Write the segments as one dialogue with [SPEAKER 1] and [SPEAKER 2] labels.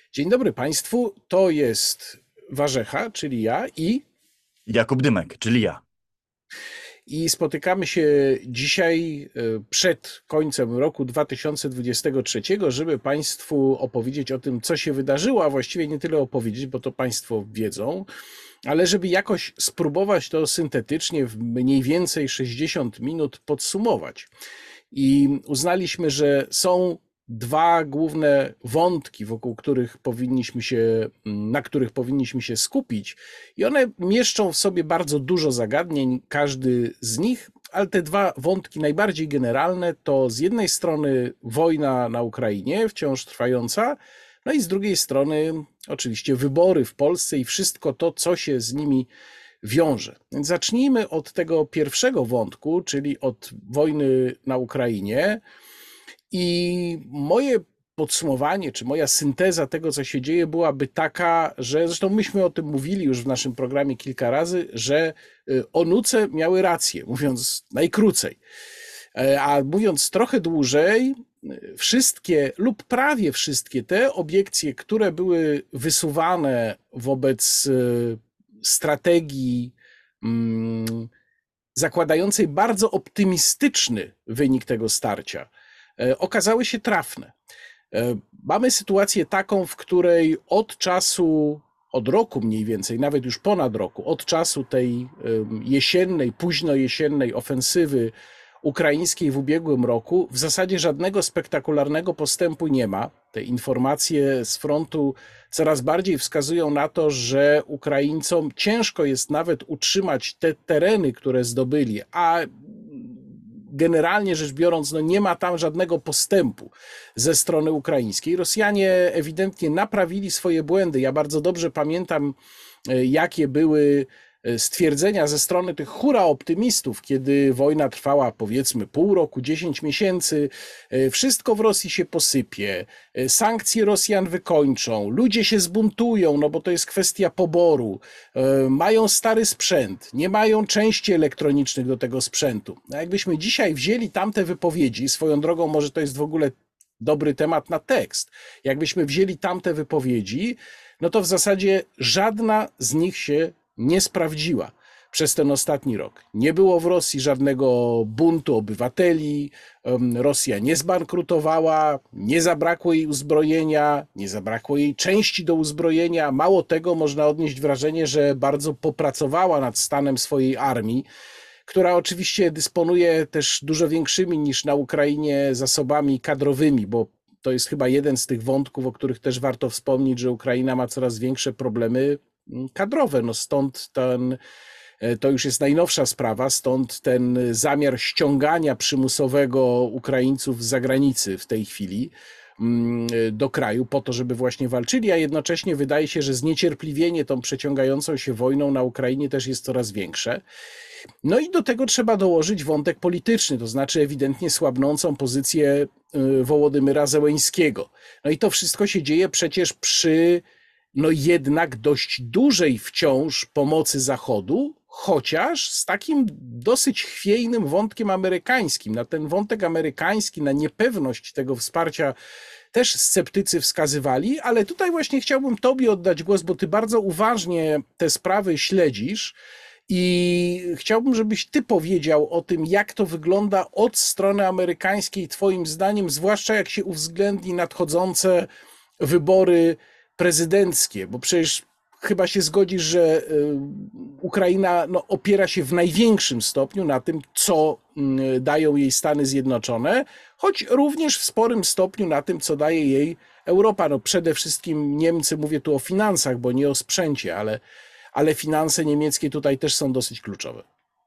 [SPEAKER 1] Dzień dobry Państwu, to jest Warzecha, czyli ja
[SPEAKER 2] Jakub Dymek, czyli ja.
[SPEAKER 1] i spotykamy się dzisiaj przed końcem roku 2023, żeby Państwu opowiedzieć o tym, co się wydarzyło, a właściwie nie tyle opowiedzieć, bo to Państwo wiedzą, ale żeby jakoś spróbować to syntetycznie w mniej więcej 60 minut podsumować. I uznaliśmy, że są dwa główne wątki, na których powinniśmy się skupić, i one mieszczą w sobie bardzo dużo zagadnień, każdy z nich, ale te dwa wątki najbardziej generalne to z jednej strony wojna na Ukrainie, wciąż trwająca, no i z drugiej strony oczywiście wybory w Polsce i wszystko to, co się z nimi wiąże. Więc zacznijmy od tego pierwszego wątku, czyli od wojny na Ukrainie. I moje podsumowanie, czy moja synteza tego, co się dzieje, byłaby taka, że zresztą myśmy o tym mówili już w naszym programie kilka razy, że onuce miały rację, mówiąc najkrócej. A mówiąc trochę dłużej, wszystkie lub prawie wszystkie te obiekcje, które były wysuwane wobec strategii zakładającej bardzo optymistyczny wynik tego starcia, okazały się trafne. Mamy sytuację taką, w której od roku mniej więcej, nawet już ponad roku, od czasu tej jesiennej, późno jesiennej ofensywy ukraińskiej w ubiegłym roku, w zasadzie żadnego spektakularnego postępu nie ma. Te informacje z frontu coraz bardziej wskazują na to, że Ukraińcom ciężko jest nawet utrzymać te tereny, które zdobyli, a generalnie rzecz biorąc, no nie ma tam żadnego postępu ze strony ukraińskiej. Rosjanie ewidentnie naprawili swoje błędy. Ja bardzo dobrze pamiętam, jakie były stwierdzenia ze strony tych hura optymistów, kiedy wojna trwała powiedzmy pół roku, 10 miesięcy, wszystko w Rosji się posypie, sankcje Rosjan wykończą, ludzie się zbuntują, no bo to jest kwestia poboru, mają stary sprzęt, nie mają części elektronicznych do tego sprzętu. A jakbyśmy dzisiaj wzięli tamte wypowiedzi, swoją drogą może to jest w ogóle dobry temat na tekst, jakbyśmy wzięli tamte wypowiedzi, no to w zasadzie żadna z nich się nie sprawdziła przez ten ostatni rok. Nie było w Rosji żadnego buntu obywateli, Rosja nie zbankrutowała, nie zabrakło jej uzbrojenia, nie zabrakło jej części do uzbrojenia. Mało tego, można odnieść wrażenie, że bardzo popracowała nad stanem swojej armii, która oczywiście dysponuje też dużo większymi niż na Ukrainie zasobami kadrowymi, bo to jest chyba jeden z tych wątków, o których też warto wspomnieć, że Ukraina ma coraz większe problemy kadrowe. No to już jest najnowsza sprawa, stąd ten zamiar ściągania przymusowego Ukraińców z zagranicy w tej chwili do kraju po to, żeby właśnie walczyli, a jednocześnie wydaje się, że zniecierpliwienie tą przeciągającą się wojną na Ukrainie też jest coraz większe. No i do tego trzeba dołożyć wątek polityczny, to znaczy ewidentnie słabnącą pozycję Wołodymyra Zełeńskiego. No i to wszystko się dzieje przecież przy no jednak dość dużej wciąż pomocy Zachodu, chociaż z takim dosyć chwiejnym wątkiem amerykańskim. Na ten wątek amerykański, na niepewność tego wsparcia też sceptycy wskazywali, ale tutaj właśnie chciałbym Tobie oddać głos, bo Ty bardzo uważnie te sprawy śledzisz i chciałbym, żebyś Ty powiedział o tym, jak to wygląda od strony amerykańskiej, Twoim zdaniem, zwłaszcza jak się uwzględni nadchodzące wybory prezydenckie, bo przecież chyba się zgodzisz, że Ukraina opiera się w największym stopniu na tym, co dają jej Stany Zjednoczone, choć również w sporym stopniu na tym, co daje jej Europa. No przede wszystkim Niemcy, mówię tu o finansach, bo nie o sprzęcie, ale finanse niemieckie tutaj też są dosyć kluczowe.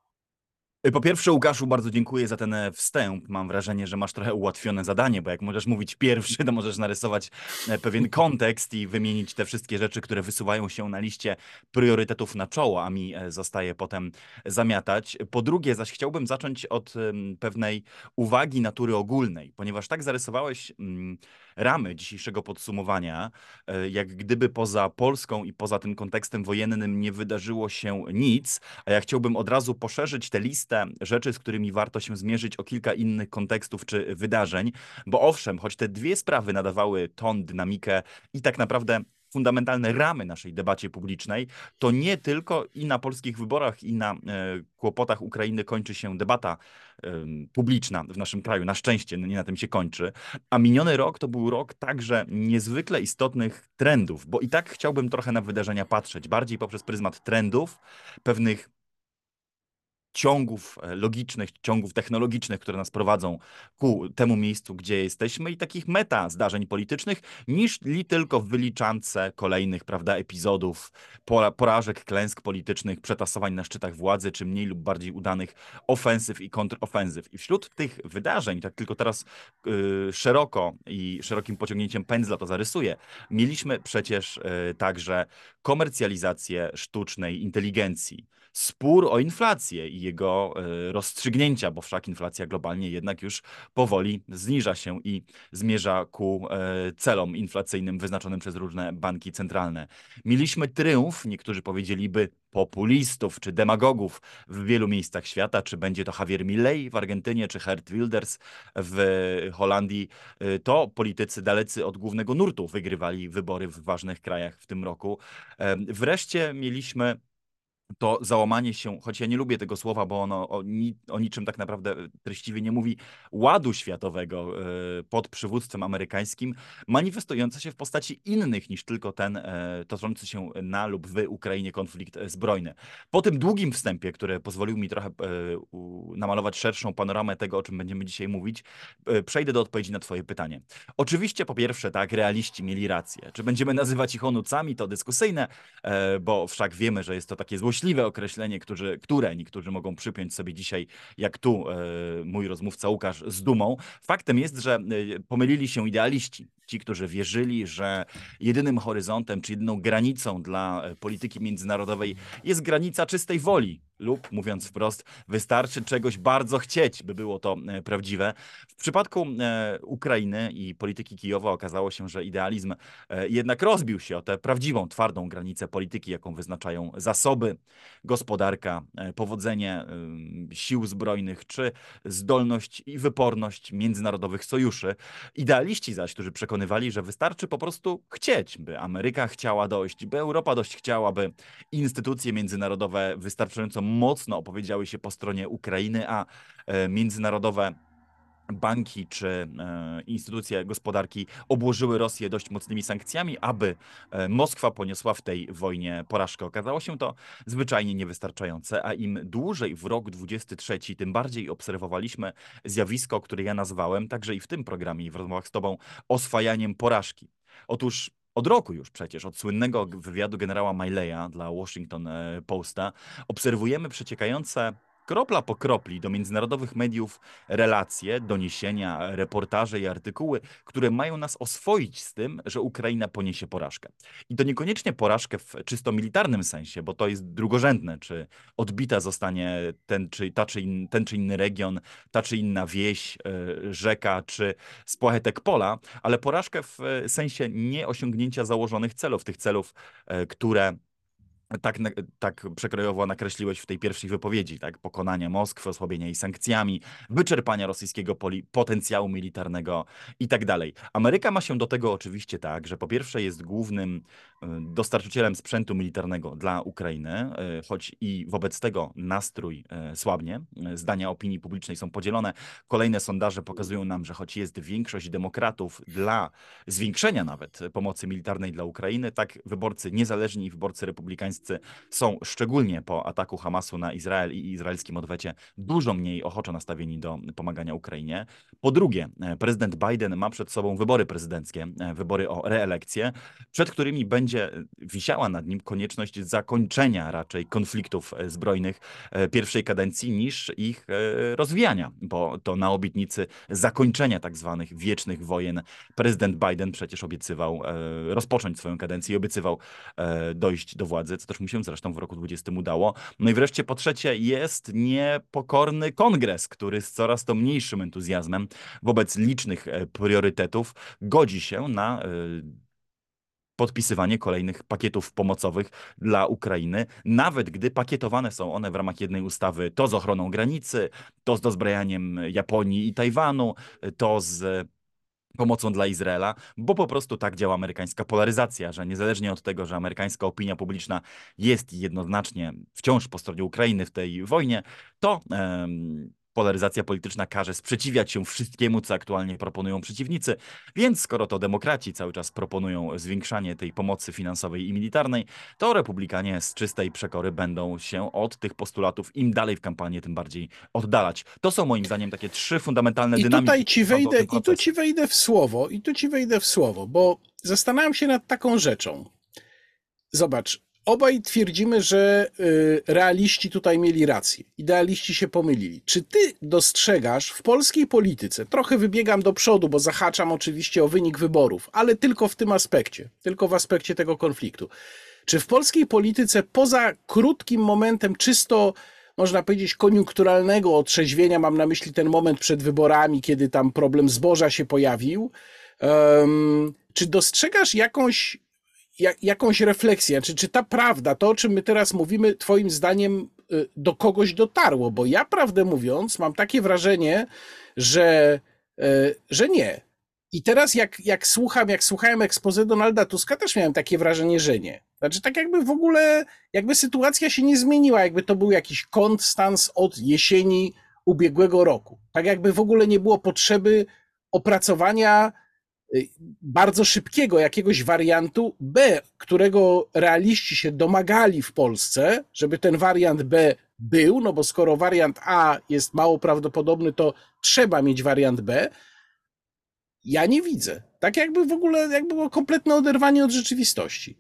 [SPEAKER 2] Po pierwsze, Łukaszu, bardzo dziękuję za ten wstęp. Mam wrażenie, że masz trochę ułatwione zadanie, bo jak możesz mówić pierwszy, to możesz narysować pewien kontekst i wymienić te wszystkie rzeczy, które wysuwają się na liście priorytetów na czoło, a mi zostaje potem zamiatać. Po drugie, zaś chciałbym zacząć od pewnej uwagi natury ogólnej, ponieważ tak zarysowałeś ramy dzisiejszego podsumowania, jak gdyby poza Polską i poza tym kontekstem wojennym nie wydarzyło się nic, a ja chciałbym od razu poszerzyć tę listę listę rzeczy, z którymi warto się zmierzyć o kilka innych kontekstów czy wydarzeń, bo owszem, choć te dwie sprawy nadawały ton, dynamikę i tak naprawdę fundamentalne ramy naszej debacie publicznej, to nie tylko i na polskich wyborach, i na kłopotach Ukrainy kończy się debata publiczna w naszym kraju. Na szczęście nie na tym się kończy. A miniony rok to był rok także niezwykle istotnych trendów, bo i tak chciałbym trochę na wydarzenia patrzeć, bardziej poprzez pryzmat trendów, pewnych ciągów logicznych, ciągów technologicznych, które nas prowadzą ku temu miejscu, gdzie jesteśmy i takich meta zdarzeń politycznych, niż tylko wyliczance kolejnych, prawda, epizodów, porażek, klęsk politycznych, przetasowań na szczytach władzy, czy mniej lub bardziej udanych ofensyw i kontrofensyw. I wśród tych wydarzeń, tak tylko teraz szeroko i szerokim pociągnięciem pędzla to zarysuję, mieliśmy przecież także komercjalizację sztucznej inteligencji, spór o inflację i jego rozstrzygnięcia, bo wszak inflacja globalnie jednak już powoli zniża się i zmierza ku celom inflacyjnym wyznaczonym przez różne banki centralne. Mieliśmy tryumf, niektórzy powiedzieliby, populistów czy demagogów w wielu miejscach świata, czy będzie to Javier Milei w Argentynie, czy Geert Wilders w Holandii. To politycy dalecy od głównego nurtu wygrywali wybory w ważnych krajach w tym roku. Wreszcie mieliśmy to załamanie się, choć ja nie lubię tego słowa, bo ono o niczym tak naprawdę treściwie nie mówi, ładu światowego pod przywództwem amerykańskim, manifestujące się w postaci innych niż tylko ten toczący się na lub w Ukrainie konflikt zbrojny. Po tym długim wstępie, który pozwolił mi trochę namalować szerszą panoramę tego, o czym będziemy dzisiaj mówić, przejdę do odpowiedzi na twoje pytanie. Oczywiście po pierwsze, tak, realiści mieli rację. Czy będziemy nazywać ich onucami, to dyskusyjne, bo wszak wiemy, że jest to takie złośliwe określenie, które niektórzy mogą przypiąć sobie dzisiaj, jak tu mój rozmówca Łukasz z dumą. Faktem jest, że pomylili się idealiści. Ci, którzy wierzyli, że jedynym horyzontem czy jedyną granicą dla polityki międzynarodowej jest granica czystej woli lub, mówiąc wprost, wystarczy czegoś bardzo chcieć, by było to prawdziwe. W przypadku Ukrainy i polityki Kijowa okazało się, że idealizm jednak rozbił się o tę prawdziwą, twardą granicę polityki, jaką wyznaczają zasoby, gospodarka, powodzenie sił zbrojnych, czy zdolność i wyporność międzynarodowych sojuszy. Idealiści zaś, którzy przekonywali, że wystarczy po prostu chcieć, by Ameryka chciała dość, by Europa dość chciała, by instytucje międzynarodowe wystarczająco mocno opowiedziały się po stronie Ukrainy, a międzynarodowe banki czy instytucje gospodarki obłożyły Rosję dość mocnymi sankcjami, aby Moskwa poniosła w tej wojnie porażkę. Okazało się to zwyczajnie niewystarczające, a im dłużej w rok 23, tym bardziej obserwowaliśmy zjawisko, które ja nazwałem także i w tym programie i w rozmowach z tobą oswajaniem porażki. Otóż od roku już przecież, od słynnego wywiadu generała Mileya dla Washington Posta, obserwujemy przeciekające kropla po kropli do międzynarodowych mediów relacje, doniesienia, reportaże i artykuły, które mają nas oswoić z tym, że Ukraina poniesie porażkę. I to niekoniecznie porażkę w czysto militarnym sensie, bo to jest drugorzędne, czy odbita zostanie ten czy inny region, ta czy inna wieś, rzeka, czy spłachetek pola, ale porażkę w sensie nieosiągnięcia założonych celów, tych celów, które tak przekrojowo nakreśliłeś w tej pierwszej wypowiedzi, tak? Pokonania Moskwy, osłabienia jej sankcjami, wyczerpania rosyjskiego potencjału militarnego i tak dalej. Ameryka ma się do tego oczywiście tak, że po pierwsze jest głównym dostarczycielem sprzętu militarnego dla Ukrainy, choć i wobec tego nastrój słabnie. Zdania opinii publicznej są podzielone. Kolejne sondaże pokazują nam, że choć jest większość demokratów dla zwiększenia nawet pomocy militarnej dla Ukrainy, tak wyborcy niezależni i wyborcy republikańscy są szczególnie po ataku Hamasu na Izrael i izraelskim odwecie dużo mniej ochoczo nastawieni do pomagania Ukrainie. Po drugie, prezydent Biden ma przed sobą wybory prezydenckie, wybory o reelekcję, przed którymi będzie wisiała nad nim konieczność zakończenia raczej konfliktów zbrojnych pierwszej kadencji niż ich rozwijania, bo to na obietnicy zakończenia tak zwanych wiecznych wojen prezydent Biden przecież obiecywał rozpocząć swoją kadencję i obiecywał dojść do władzy, co też mu się zresztą w roku 20 udało. No i wreszcie po trzecie jest niepokorny kongres, który z coraz to mniejszym entuzjazmem wobec licznych priorytetów godzi się na podpisywanie kolejnych pakietów pomocowych dla Ukrainy, nawet gdy pakietowane są one w ramach jednej ustawy, to z ochroną granicy, to z dozbrajaniem Japonii i Tajwanu, to z pomocą dla Izraela, bo po prostu tak działa amerykańska polaryzacja, że niezależnie od tego, że amerykańska opinia publiczna jest jednoznacznie wciąż po stronie Ukrainy w tej wojnie, to polaryzacja polityczna każe sprzeciwiać się wszystkiemu, co aktualnie proponują przeciwnicy, więc skoro to demokraci cały czas proponują zwiększanie tej pomocy finansowej i militarnej, to republikanie z czystej przekory będą się od tych postulatów im dalej w kampanii, tym bardziej oddalać. To są moim zdaniem takie trzy fundamentalne
[SPEAKER 1] I tutaj
[SPEAKER 2] dynamiki,
[SPEAKER 1] ci
[SPEAKER 2] które są do
[SPEAKER 1] wejdę,
[SPEAKER 2] tym
[SPEAKER 1] i tu ci
[SPEAKER 2] procesu.
[SPEAKER 1] wejdę w słowo, i tu ci wejdę w słowo, bo zastanawiam się nad taką rzeczą. Zobacz, obaj twierdzimy, że realiści tutaj mieli rację, idealiści się pomylili. Czy ty dostrzegasz w polskiej polityce, trochę wybiegam do przodu, bo zahaczam oczywiście o wynik wyborów, ale tylko w tym aspekcie, tylko w aspekcie tego konfliktu. Czy w polskiej polityce poza krótkim momentem czysto, można powiedzieć, koniunkturalnego otrzeźwienia, mam na myśli ten moment przed wyborami, kiedy tam problem zboża się pojawił, czy dostrzegasz jakąś refleksję, czy ta prawda, to o czym my teraz mówimy, twoim zdaniem do kogoś dotarło? Bo ja, prawdę mówiąc, mam takie wrażenie, że, że nie. I teraz jak słuchałem expose Donalda Tuska, też miałem takie wrażenie, że nie. Znaczy tak jakby w ogóle, jakby sytuacja się nie zmieniła, jakby to był jakiś konstans od jesieni ubiegłego roku. Tak jakby w ogóle nie było potrzeby opracowania bardzo szybkiego jakiegoś wariantu B, którego realiści się domagali w Polsce, żeby ten wariant B był, no bo skoro wariant A jest mało prawdopodobny, to trzeba mieć wariant B. Ja nie widzę. Tak jakby w ogóle jakby było kompletne oderwanie od rzeczywistości.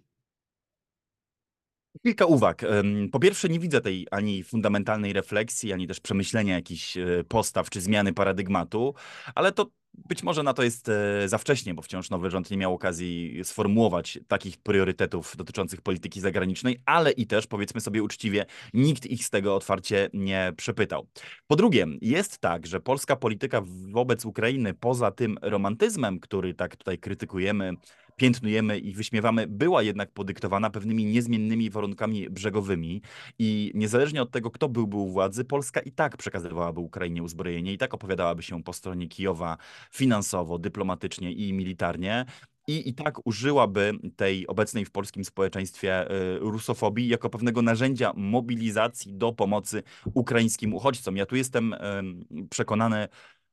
[SPEAKER 2] Kilka uwag. Po pierwsze, nie widzę tej ani fundamentalnej refleksji, ani też przemyślenia jakichś postaw czy zmiany paradygmatu, ale to być może na to jest za wcześnie, bo wciąż nowy rząd nie miał okazji sformułować takich priorytetów dotyczących polityki zagranicznej, ale i też, powiedzmy sobie uczciwie, nikt ich z tego otwarcie nie przepytał. Po drugie, jest tak, że polska polityka wobec Ukrainy, poza tym romantyzmem, który tak tutaj krytykujemy, piętnujemy i wyśmiewamy, była jednak podyktowana pewnymi niezmiennymi warunkami brzegowymi i niezależnie od tego, kto byłby u władzy, Polska i tak przekazywałaby Ukrainie uzbrojenie, i tak opowiadałaby się po stronie Kijowa finansowo, dyplomatycznie i militarnie. I tak użyłaby tej obecnej w polskim społeczeństwie rusofobii jako pewnego narzędzia mobilizacji do pomocy ukraińskim uchodźcom. Ja tu jestem przekonany,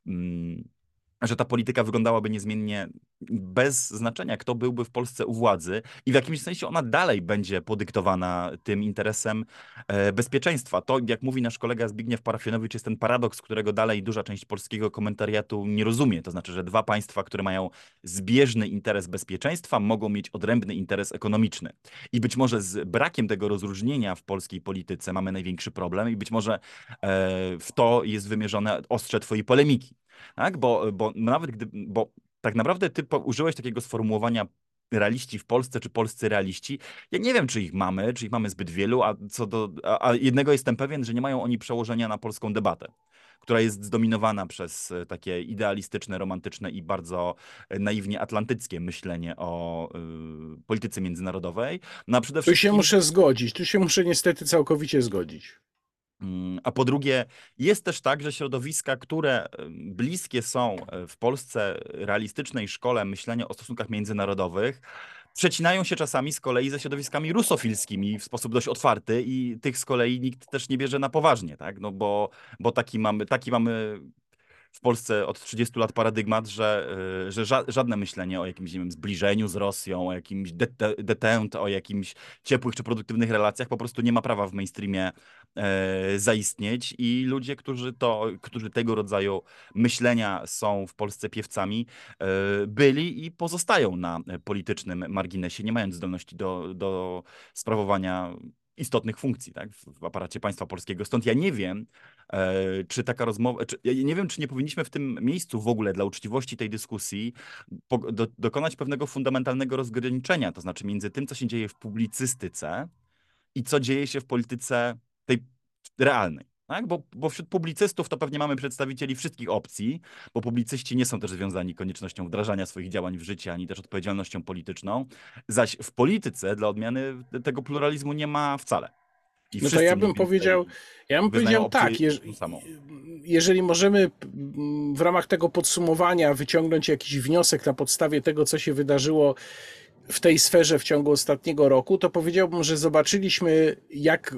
[SPEAKER 2] że ta polityka wyglądałaby niezmiennie bez znaczenia, kto byłby w Polsce u władzy, i w jakimś sensie ona dalej będzie podyktowana tym interesem bezpieczeństwa. To, jak mówi nasz kolega Zbigniew Parafionowicz, jest ten paradoks, którego dalej duża część polskiego komentariatu nie rozumie. To znaczy, że dwa państwa, które mają zbieżny interes bezpieczeństwa, mogą mieć odrębny interes ekonomiczny. I być może z brakiem tego rozróżnienia w polskiej polityce mamy największy problem, i być może w to jest wymierzone ostrze twojej polemiki. Tak? Bo tak naprawdę ty użyłeś takiego sformułowania realiści w Polsce, czy polscy realiści. Ja nie wiem, czy ich mamy zbyt wielu, a jednego jestem pewien, że nie mają oni przełożenia na polską debatę, która jest zdominowana przez takie idealistyczne, romantyczne i bardzo naiwnie atlantyckie myślenie o polityce międzynarodowej. No a przede
[SPEAKER 1] Tu się
[SPEAKER 2] wszystkim
[SPEAKER 1] muszę zgodzić, tu się muszę niestety całkowicie zgodzić.
[SPEAKER 2] a po drugie, jest też tak, że środowiska, które bliskie są w Polsce realistycznej szkole myślenia o stosunkach międzynarodowych, przecinają się czasami z kolei ze środowiskami rusofilskimi w sposób dość otwarty, i tych z kolei nikt też nie bierze na poważnie, tak? No bo taki mamy w Polsce od 30 lat paradygmat, że żadne myślenie o jakimś, nie wiem, zbliżeniu z Rosją, o jakimś detente, o jakimś ciepłych czy produktywnych relacjach po prostu nie ma prawa w mainstreamie zaistnieć, i ludzie, którzy tego rodzaju myślenia są w Polsce piewcami, byli i pozostają na politycznym marginesie, nie mając zdolności do sprawowania istotnych funkcji, tak, w aparacie państwa polskiego. Stąd ja nie wiem, czy taka rozmowa, ja nie wiem, czy nie powinniśmy w tym miejscu w ogóle dla uczciwości tej dyskusji dokonać pewnego fundamentalnego rozgraniczenia, to znaczy między tym, co się dzieje w publicystyce i co dzieje się w polityce tej realnej. Tak? Bo wśród publicystów to pewnie mamy przedstawicieli wszystkich opcji, bo publicyści nie są też związani koniecznością wdrażania swoich działań w życie, ani też odpowiedzialnością polityczną. Zaś w polityce dla odmiany tego pluralizmu nie ma wcale. I
[SPEAKER 1] No to
[SPEAKER 2] wszyscy mniej więcej
[SPEAKER 1] ja bym
[SPEAKER 2] wyznają
[SPEAKER 1] powiedział
[SPEAKER 2] opcję
[SPEAKER 1] tak,
[SPEAKER 2] tą samą.
[SPEAKER 1] jeżeli możemy w ramach tego podsumowania wyciągnąć jakiś wniosek na podstawie tego, co się wydarzyło w tej sferze w ciągu ostatniego roku, to powiedziałbym, że zobaczyliśmy, jak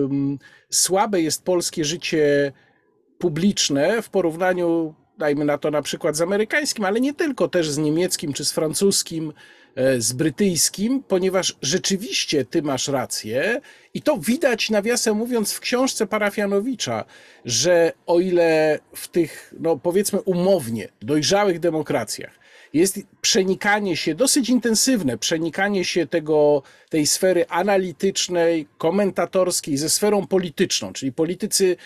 [SPEAKER 1] słabe jest polskie życie publiczne w porównaniu, dajmy na to na przykład z amerykańskim, ale nie tylko, też z niemieckim czy z francuskim, z brytyjskim, ponieważ rzeczywiście ty masz rację i to widać, nawiasem mówiąc, w książce Parafianowicza, że o ile w tych, no powiedzmy umownie, dojrzałych demokracjach jest przenikanie się, dosyć intensywne przenikanie się tej sfery analitycznej, komentatorskiej ze sferą polityczną, czyli politycy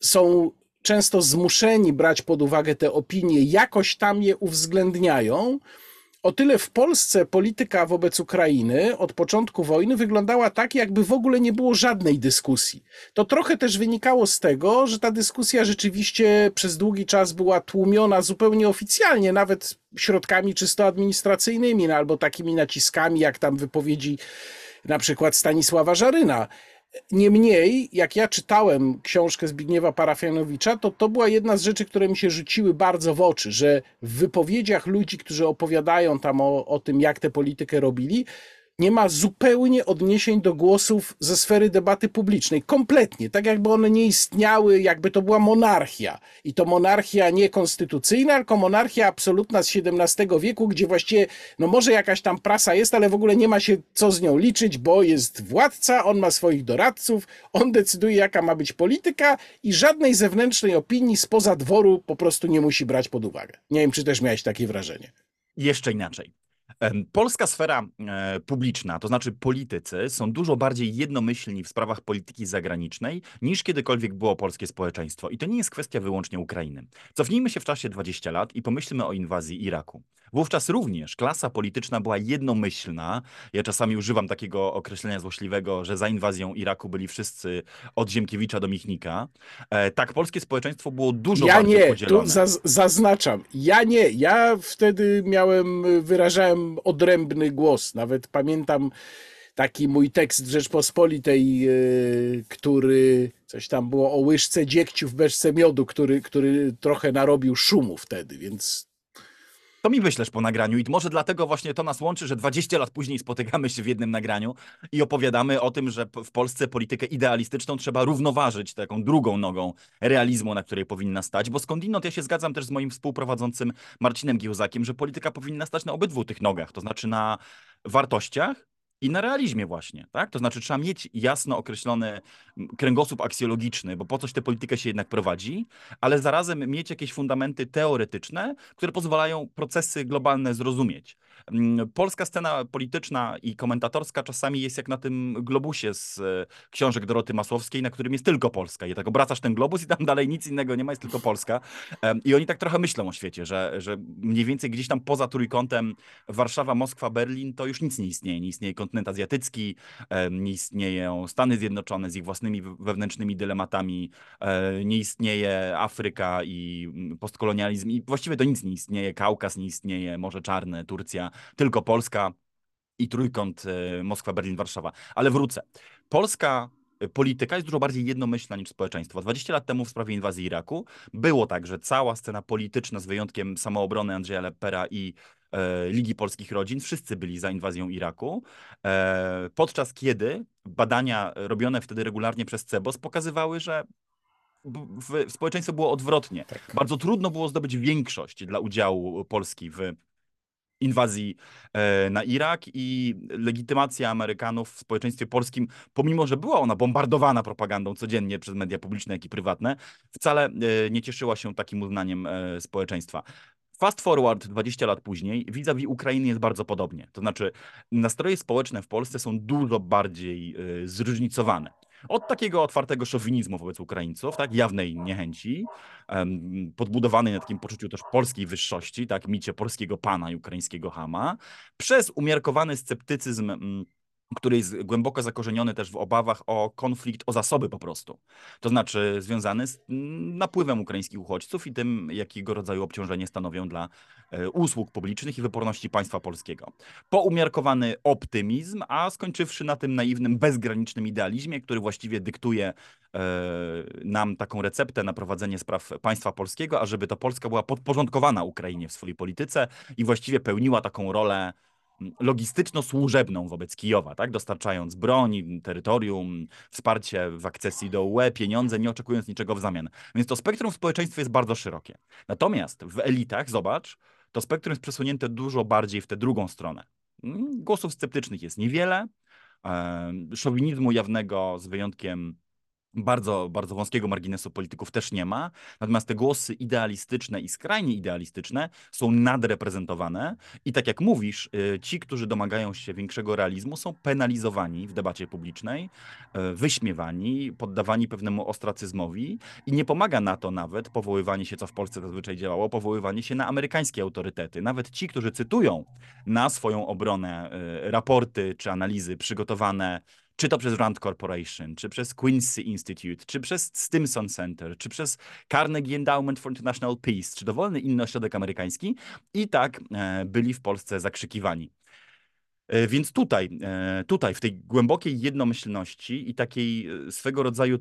[SPEAKER 1] są często zmuszeni brać pod uwagę te opinie, jakoś tam je uwzględniają. O tyle w Polsce polityka wobec Ukrainy od początku wojny wyglądała tak, jakby w ogóle nie było żadnej dyskusji. To trochę też wynikało z tego, że ta dyskusja rzeczywiście przez długi czas była tłumiona zupełnie oficjalnie, nawet środkami czysto administracyjnymi, no, albo takimi naciskami, jak tam wypowiedzi na przykład Stanisława Żaryna. Niemniej, jak ja czytałem książkę Zbigniewa Parafianowicza, to była jedna z rzeczy, które mi się rzuciły bardzo w oczy, że w wypowiedziach ludzi, którzy opowiadają tam o tym, jak tę politykę robili, nie ma zupełnie odniesień do głosów ze sfery debaty publicznej. Kompletnie. Tak jakby one nie istniały, jakby to była monarchia. I to monarchia nie konstytucyjna, tylko monarchia absolutna z XVII wieku, gdzie właściwie, no może jakaś tam prasa jest, ale w ogóle nie ma się co z nią liczyć, bo jest władca, on ma swoich doradców, on decyduje, jaka ma być polityka i żadnej zewnętrznej opinii spoza dworu po prostu nie musi brać pod uwagę. Nie wiem, czy też miałeś takie wrażenie.
[SPEAKER 2] Jeszcze inaczej. Polska sfera publiczna, to znaczy politycy, są dużo bardziej jednomyślni w sprawach polityki zagranicznej niż kiedykolwiek było polskie społeczeństwo. I to nie jest kwestia wyłącznie Ukrainy. Cofnijmy się w czasie 20 lat i pomyślmy o inwazji Iraku. Wówczas również klasa polityczna była jednomyślna. Ja czasami używam takiego określenia złośliwego, że za inwazją Iraku byli wszyscy od Ziemkiewicza do Michnika. Tak, polskie społeczeństwo było dużo
[SPEAKER 1] Ja
[SPEAKER 2] bardziej
[SPEAKER 1] nie, tu
[SPEAKER 2] podzielone.
[SPEAKER 1] zaznaczam, ja nie, ja wtedy wyrażałem odrębny głos, nawet pamiętam taki mój tekst w Rzeczpospolitej, który coś tam było o łyżce dziegciu w beczce miodu, który trochę narobił szumu wtedy, więc
[SPEAKER 2] To mi wyślesz po nagraniu i może dlatego właśnie to nas łączy, że 20 lat później spotykamy się w jednym nagraniu i opowiadamy o tym, że w Polsce politykę idealistyczną trzeba równoważyć taką drugą nogą realizmu, na której powinna stać, bo skądinąd ja się zgadzam też z moim współprowadzącym Marcinem Giełzakiem, że polityka powinna stać na obydwu tych nogach, to znaczy na wartościach i na realizmie właśnie, tak? To znaczy trzeba mieć jasno określony kręgosłup aksjologiczny, bo po coś tę politykę się jednak prowadzi, ale zarazem mieć jakieś fundamenty teoretyczne, które pozwalają procesy globalne zrozumieć. Polska scena polityczna i komentatorska czasami jest jak na tym globusie z książek Doroty Masłowskiej, na którym jest tylko Polska. I tak obracasz ten globus i tam dalej nic innego nie ma, jest tylko Polska. I oni tak trochę myślą o świecie, że mniej więcej gdzieś tam poza trójkątem Warszawa, Moskwa, Berlin to już nic nie istnieje. Nie istnieje kontynent azjatycki, nie istnieją Stany Zjednoczone z ich własnymi wewnętrznymi dylematami, nie istnieje Afryka i postkolonializm i właściwie to nic nie istnieje. Kaukaz nie istnieje, Morze Czarne, Turcja, tylko Polska i trójkąt Moskwa, Berlin, Warszawa. Ale wrócę. Polska polityka jest dużo bardziej jednomyślna niż społeczeństwo. 20 lat temu w sprawie inwazji Iraku było tak, że cała scena polityczna z wyjątkiem samoobrony Andrzeja Leppera i Ligi Polskich Rodzin, wszyscy byli za inwazją Iraku, podczas kiedy badania robione wtedy regularnie przez CEBOS pokazywały, że w społeczeństwie było odwrotnie.
[SPEAKER 1] tak.
[SPEAKER 2] Bardzo trudno było zdobyć większość dla udziału Polski w inwazji na Irak i legitymacja Amerykanów w społeczeństwie polskim, pomimo że była ona bombardowana propagandą codziennie przez media publiczne, jak i prywatne, wcale nie cieszyła się takim uznaniem społeczeństwa. Fast forward 20 lat później, vis-a-vis Ukrainy jest bardzo podobnie. To znaczy, nastroje społeczne w Polsce są dużo bardziej zróżnicowane. Od takiego otwartego szowinizmu wobec Ukraińców, tak, jawnej niechęci, podbudowanej na takim poczuciu też polskiej wyższości, tak, micie polskiego pana i ukraińskiego chama, przez umiarkowany sceptycyzm który jest głęboko zakorzeniony też w obawach o konflikt o zasoby po prostu. To znaczy związany z napływem ukraińskich uchodźców i tym, jakiego rodzaju obciążenie stanowią dla usług publicznych i wyporności państwa polskiego. Poumiarkowany optymizm, a skończywszy na tym naiwnym, bezgranicznym idealizmie, który właściwie dyktuje nam taką receptę na prowadzenie spraw państwa polskiego, ażeby to Polska była podporządkowana Ukrainie w swojej polityce i właściwie pełniła taką rolę logistyczno-służebną wobec Kijowa, tak? Dostarczając broń, terytorium, wsparcie w akcesji do UE, pieniądze, nie oczekując niczego w zamian. Więc to spektrum w społeczeństwie jest bardzo szerokie. Natomiast w elitach, zobacz, to spektrum jest przesunięte dużo bardziej w tę drugą stronę. Głosów sceptycznych jest niewiele, szowinizmu jawnego z wyjątkiem bardzo, bardzo wąskiego marginesu polityków też nie ma, natomiast te głosy idealistyczne i skrajnie idealistyczne są nadreprezentowane i tak jak mówisz, ci, którzy domagają się większego realizmu, są penalizowani w debacie publicznej, wyśmiewani, poddawani pewnemu ostracyzmowi i nie pomaga na to nawet powoływanie się, co w Polsce zazwyczaj działało, powoływanie się na amerykańskie autorytety. Nawet ci, którzy cytują na swoją obronę raporty czy analizy przygotowane czy to przez Rand Corporation, czy przez Quincy Institute, czy przez Stimson Center, czy przez Carnegie Endowment for International Peace, czy dowolny inny ośrodek amerykański, i tak byli w Polsce zakrzykiwani. Więc tutaj, w tej głębokiej jednomyślności i takiej swego rodzaju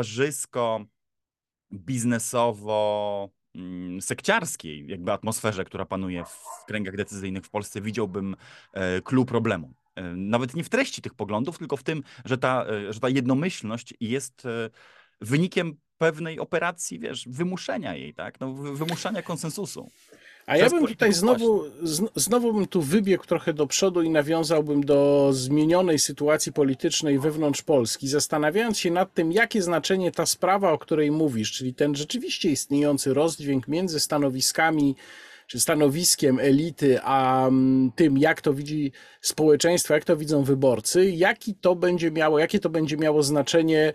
[SPEAKER 2] towarzysko-biznesowo sekciarskiej jakby atmosferze, która panuje w kręgach decyzyjnych w Polsce, widziałbym clou problemu. Nawet nie w treści tych poglądów, tylko w tym, że ta jednomyślność jest wynikiem pewnej operacji, wiesz, wymuszenia jej, tak? No, wymuszania konsensusu.
[SPEAKER 1] A ja bym tutaj znowu bym tu wybiegł trochę do przodu i nawiązałbym do zmienionej sytuacji politycznej wewnątrz Polski, zastanawiając się nad tym, jakie znaczenie ta sprawa, o której mówisz, czyli ten rzeczywiście istniejący rozdźwięk między stanowiskami czy stanowiskiem elity, a tym, jak to widzi społeczeństwo, jak to widzą wyborcy, jakie to będzie miało znaczenie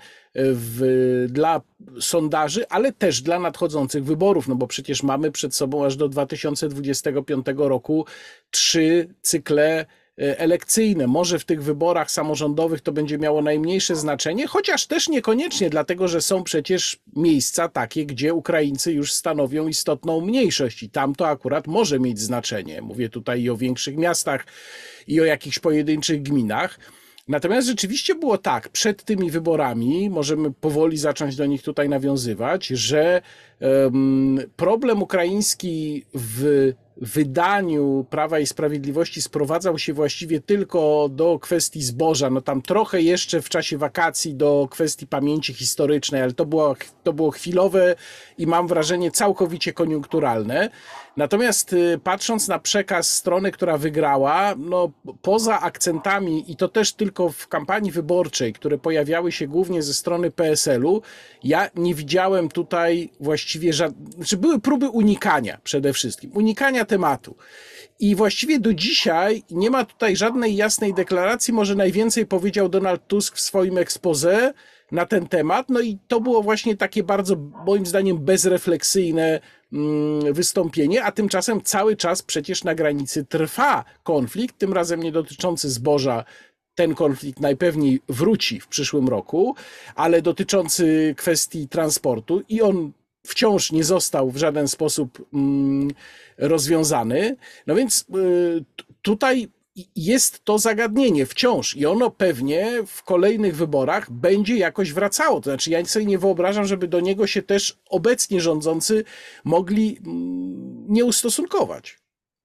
[SPEAKER 1] dla sondaży, ale też dla nadchodzących wyborów, no bo przecież mamy przed sobą aż do 2025 roku 3 cykle elekcyjne. Może w tych wyborach samorządowych to będzie miało najmniejsze znaczenie, chociaż też niekoniecznie, dlatego że są przecież miejsca takie, gdzie Ukraińcy już stanowią istotną mniejszość i tam to akurat może mieć znaczenie. Mówię tutaj i o większych miastach, i o jakichś pojedynczych gminach. Natomiast rzeczywiście było tak, przed tymi wyborami, możemy powoli zacząć do nich tutaj nawiązywać, że problem ukraiński w wydaniu Prawa i Sprawiedliwości sprowadzał się właściwie tylko do kwestii zboża, no tam trochę jeszcze w czasie wakacji do kwestii pamięci historycznej, ale to było chwilowe i mam wrażenie całkowicie koniunkturalne. Natomiast patrząc na przekaz strony, która wygrała, no poza akcentami i to też tylko w kampanii wyborczej, które pojawiały się głównie ze strony PSL-u, ja nie widziałem tutaj właściwie znaczy były próby unikania przede wszystkim, unikania tematu. I właściwie do dzisiaj nie ma tutaj żadnej jasnej deklaracji, może najwięcej powiedział Donald Tusk w swoim exposé na ten temat, no i to było właśnie takie bardzo, moim zdaniem, bezrefleksyjne wystąpienie, a tymczasem cały czas przecież na granicy trwa konflikt, tym razem nie dotyczący zboża. Ten konflikt najpewniej wróci w przyszłym roku, ale dotyczący kwestii transportu i on wciąż nie został w żaden sposób rozwiązany. No więc tutaj jest to zagadnienie wciąż i ono pewnie w kolejnych wyborach będzie jakoś wracało. To znaczy ja sobie nie wyobrażam, żeby do niego się też obecnie rządzący mogli nie ustosunkować.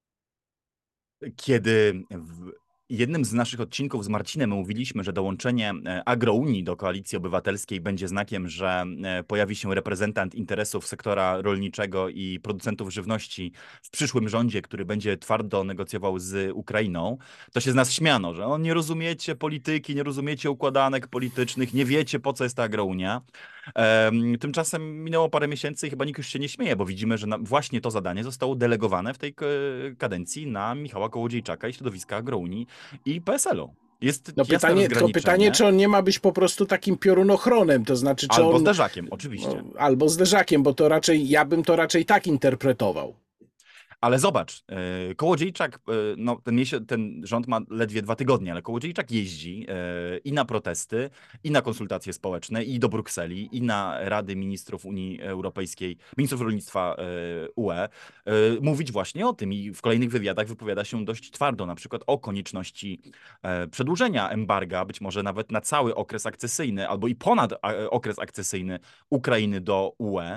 [SPEAKER 2] Kiedy w jednym z naszych odcinków z Marcinem mówiliśmy, że dołączenie Agrounii do Koalicji Obywatelskiej będzie znakiem, że pojawi się reprezentant interesów sektora rolniczego i producentów żywności w przyszłym rządzie, który będzie twardo negocjował z Ukrainą, to się z nas śmiano, że nie rozumiecie polityki, nie rozumiecie układanek politycznych, nie wiecie, po co jest ta Agrounia. Tymczasem minęło parę miesięcy i chyba nikt już się nie śmieje, bo widzimy, że właśnie to zadanie zostało delegowane w tej kadencji na Michała Kołodziejczaka i środowiska Agrounii i PSL-u. Jest
[SPEAKER 1] no
[SPEAKER 2] jasne
[SPEAKER 1] pytanie, czy on nie ma być po prostu takim piorunochronem, to znaczy, czy
[SPEAKER 2] albo
[SPEAKER 1] on...
[SPEAKER 2] zderzakiem, oczywiście.
[SPEAKER 1] No, albo zderzakiem, bo to raczej, ja bym to raczej tak interpretował.
[SPEAKER 2] Ale zobacz, Kołodziejczak, no ten rząd ma ledwie 2 tygodnie, ale Kołodziejczak jeździ i na protesty, i na konsultacje społeczne, i do Brukseli, i na Rady Ministrów Unii Europejskiej, ministrów rolnictwa UE, mówić właśnie o tym i w kolejnych wywiadach wypowiada się dość twardo, na przykład o konieczności przedłużenia embarga, być może nawet na cały okres akcesyjny, albo i ponad okres akcesyjny Ukrainy do UE.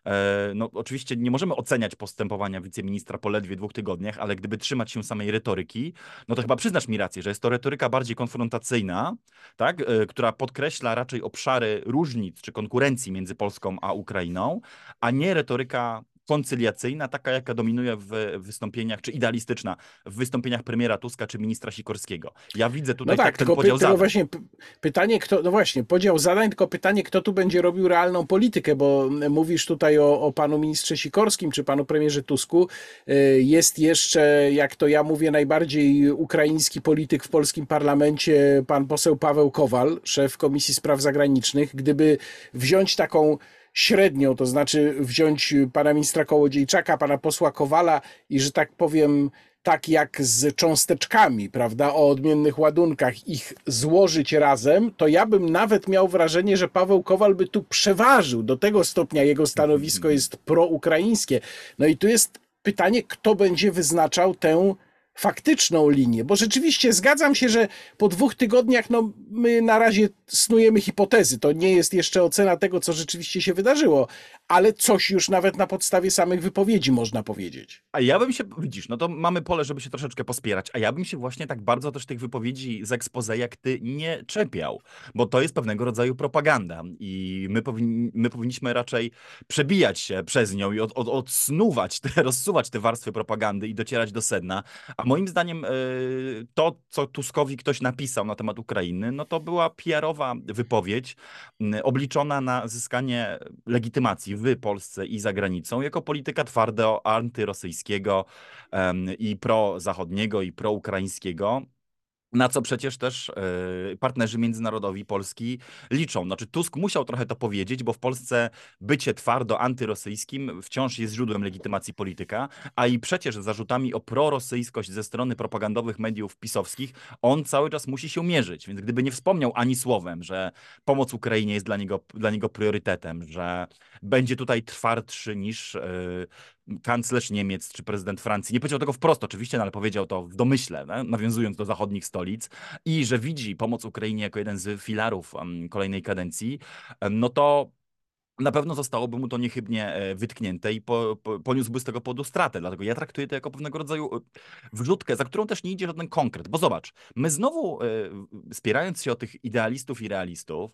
[SPEAKER 2] No, oczywiście nie możemy oceniać postępowania wiceministra po ledwie 2 tygodniach, ale gdyby trzymać się samej retoryki, no to chyba przyznasz mi rację, że jest to retoryka bardziej konfrontacyjna, tak? Która podkreśla raczej obszary różnic czy konkurencji między Polską a Ukrainą, a nie retoryka koncyliacyjna, taka jaka dominuje w wystąpieniach, czy idealistyczna w wystąpieniach premiera Tuska czy ministra Sikorskiego. Ja widzę
[SPEAKER 1] No
[SPEAKER 2] tutaj
[SPEAKER 1] tak,
[SPEAKER 2] ten podział
[SPEAKER 1] tylko
[SPEAKER 2] zadań.
[SPEAKER 1] właśnie pytanie, kto, no właśnie, podział zadań, tylko pytanie, kto tu będzie robił realną politykę, bo mówisz tutaj o panu ministrze Sikorskim, czy panu premierze Tusku. Jest jeszcze, jak to ja mówię, najbardziej ukraiński polityk w polskim parlamencie, pan poseł Paweł Kowal, szef Komisji Spraw Zagranicznych. Gdyby wziąć taką średnią, to znaczy wziąć pana ministra Kołodziejczaka, pana posła Kowala i, że tak powiem, tak jak z cząsteczkami, prawda, o odmiennych ładunkach, ich złożyć razem, to ja bym nawet miał wrażenie, że Paweł Kowal by tu przeważył. Do tego stopnia jego stanowisko jest proukraińskie. No i tu jest pytanie, kto będzie wyznaczał tę faktyczną linię, bo rzeczywiście zgadzam się, że po 2 tygodniach no, my na razie snujemy hipotezy. To nie jest jeszcze ocena tego, co rzeczywiście się wydarzyło, ale coś już nawet na podstawie samych wypowiedzi można powiedzieć.
[SPEAKER 2] A ja bym się, widzisz, no to mamy pole, żeby się troszeczkę pospierać, a ja bym się właśnie tak bardzo też tych wypowiedzi z expose jak ty nie czepiał, bo to jest pewnego rodzaju propaganda i my powinniśmy raczej przebijać się przez nią i odsnuwać, rozsuwać te warstwy propagandy i docierać do sedna, a moim zdaniem to, co Tuskowi ktoś napisał na temat Ukrainy, no to była PR-owa wypowiedź obliczona na zyskanie legitymacji w Polsce i za granicą jako polityka twardo antyrosyjskiego i prozachodniego i proukraińskiego. Na co przecież też partnerzy międzynarodowi Polski liczą. Znaczy Tusk musiał trochę to powiedzieć, bo w Polsce bycie twardo antyrosyjskim wciąż jest źródłem legitymacji polityka, a i przecież z zarzutami o prorosyjskość ze strony propagandowych mediów pisowskich on cały czas musi się mierzyć. Więc gdyby nie wspomniał ani słowem, że pomoc Ukrainie jest dla niego priorytetem, że będzie tutaj twardszy niż kanclerz Niemiec czy prezydent Francji, nie powiedział tego wprost oczywiście, no ale powiedział to w domyśle, nawiązując do zachodnich stolic i że widzi pomoc Ukrainie jako jeden z filarów kolejnej kadencji, no to na pewno zostałoby mu to niechybnie wytknięte i poniósłby z tego powodu stratę. Dlatego ja traktuję to jako pewnego rodzaju wrzutkę, za którą też nie idzie żaden konkret. Bo zobacz, my znowu spierając się o tych idealistów i realistów,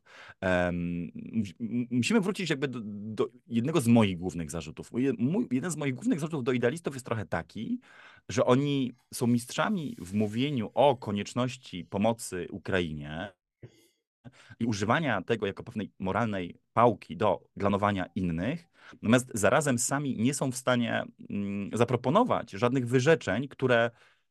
[SPEAKER 2] musimy wrócić jakby do jednego z moich głównych zarzutów. Jeden z moich głównych zarzutów do idealistów jest trochę taki, że oni są mistrzami w mówieniu o konieczności pomocy Ukrainie i używania tego jako pewnej moralnej pałki do glanowania innych, natomiast zarazem sami nie są w stanie zaproponować żadnych wyrzeczeń, które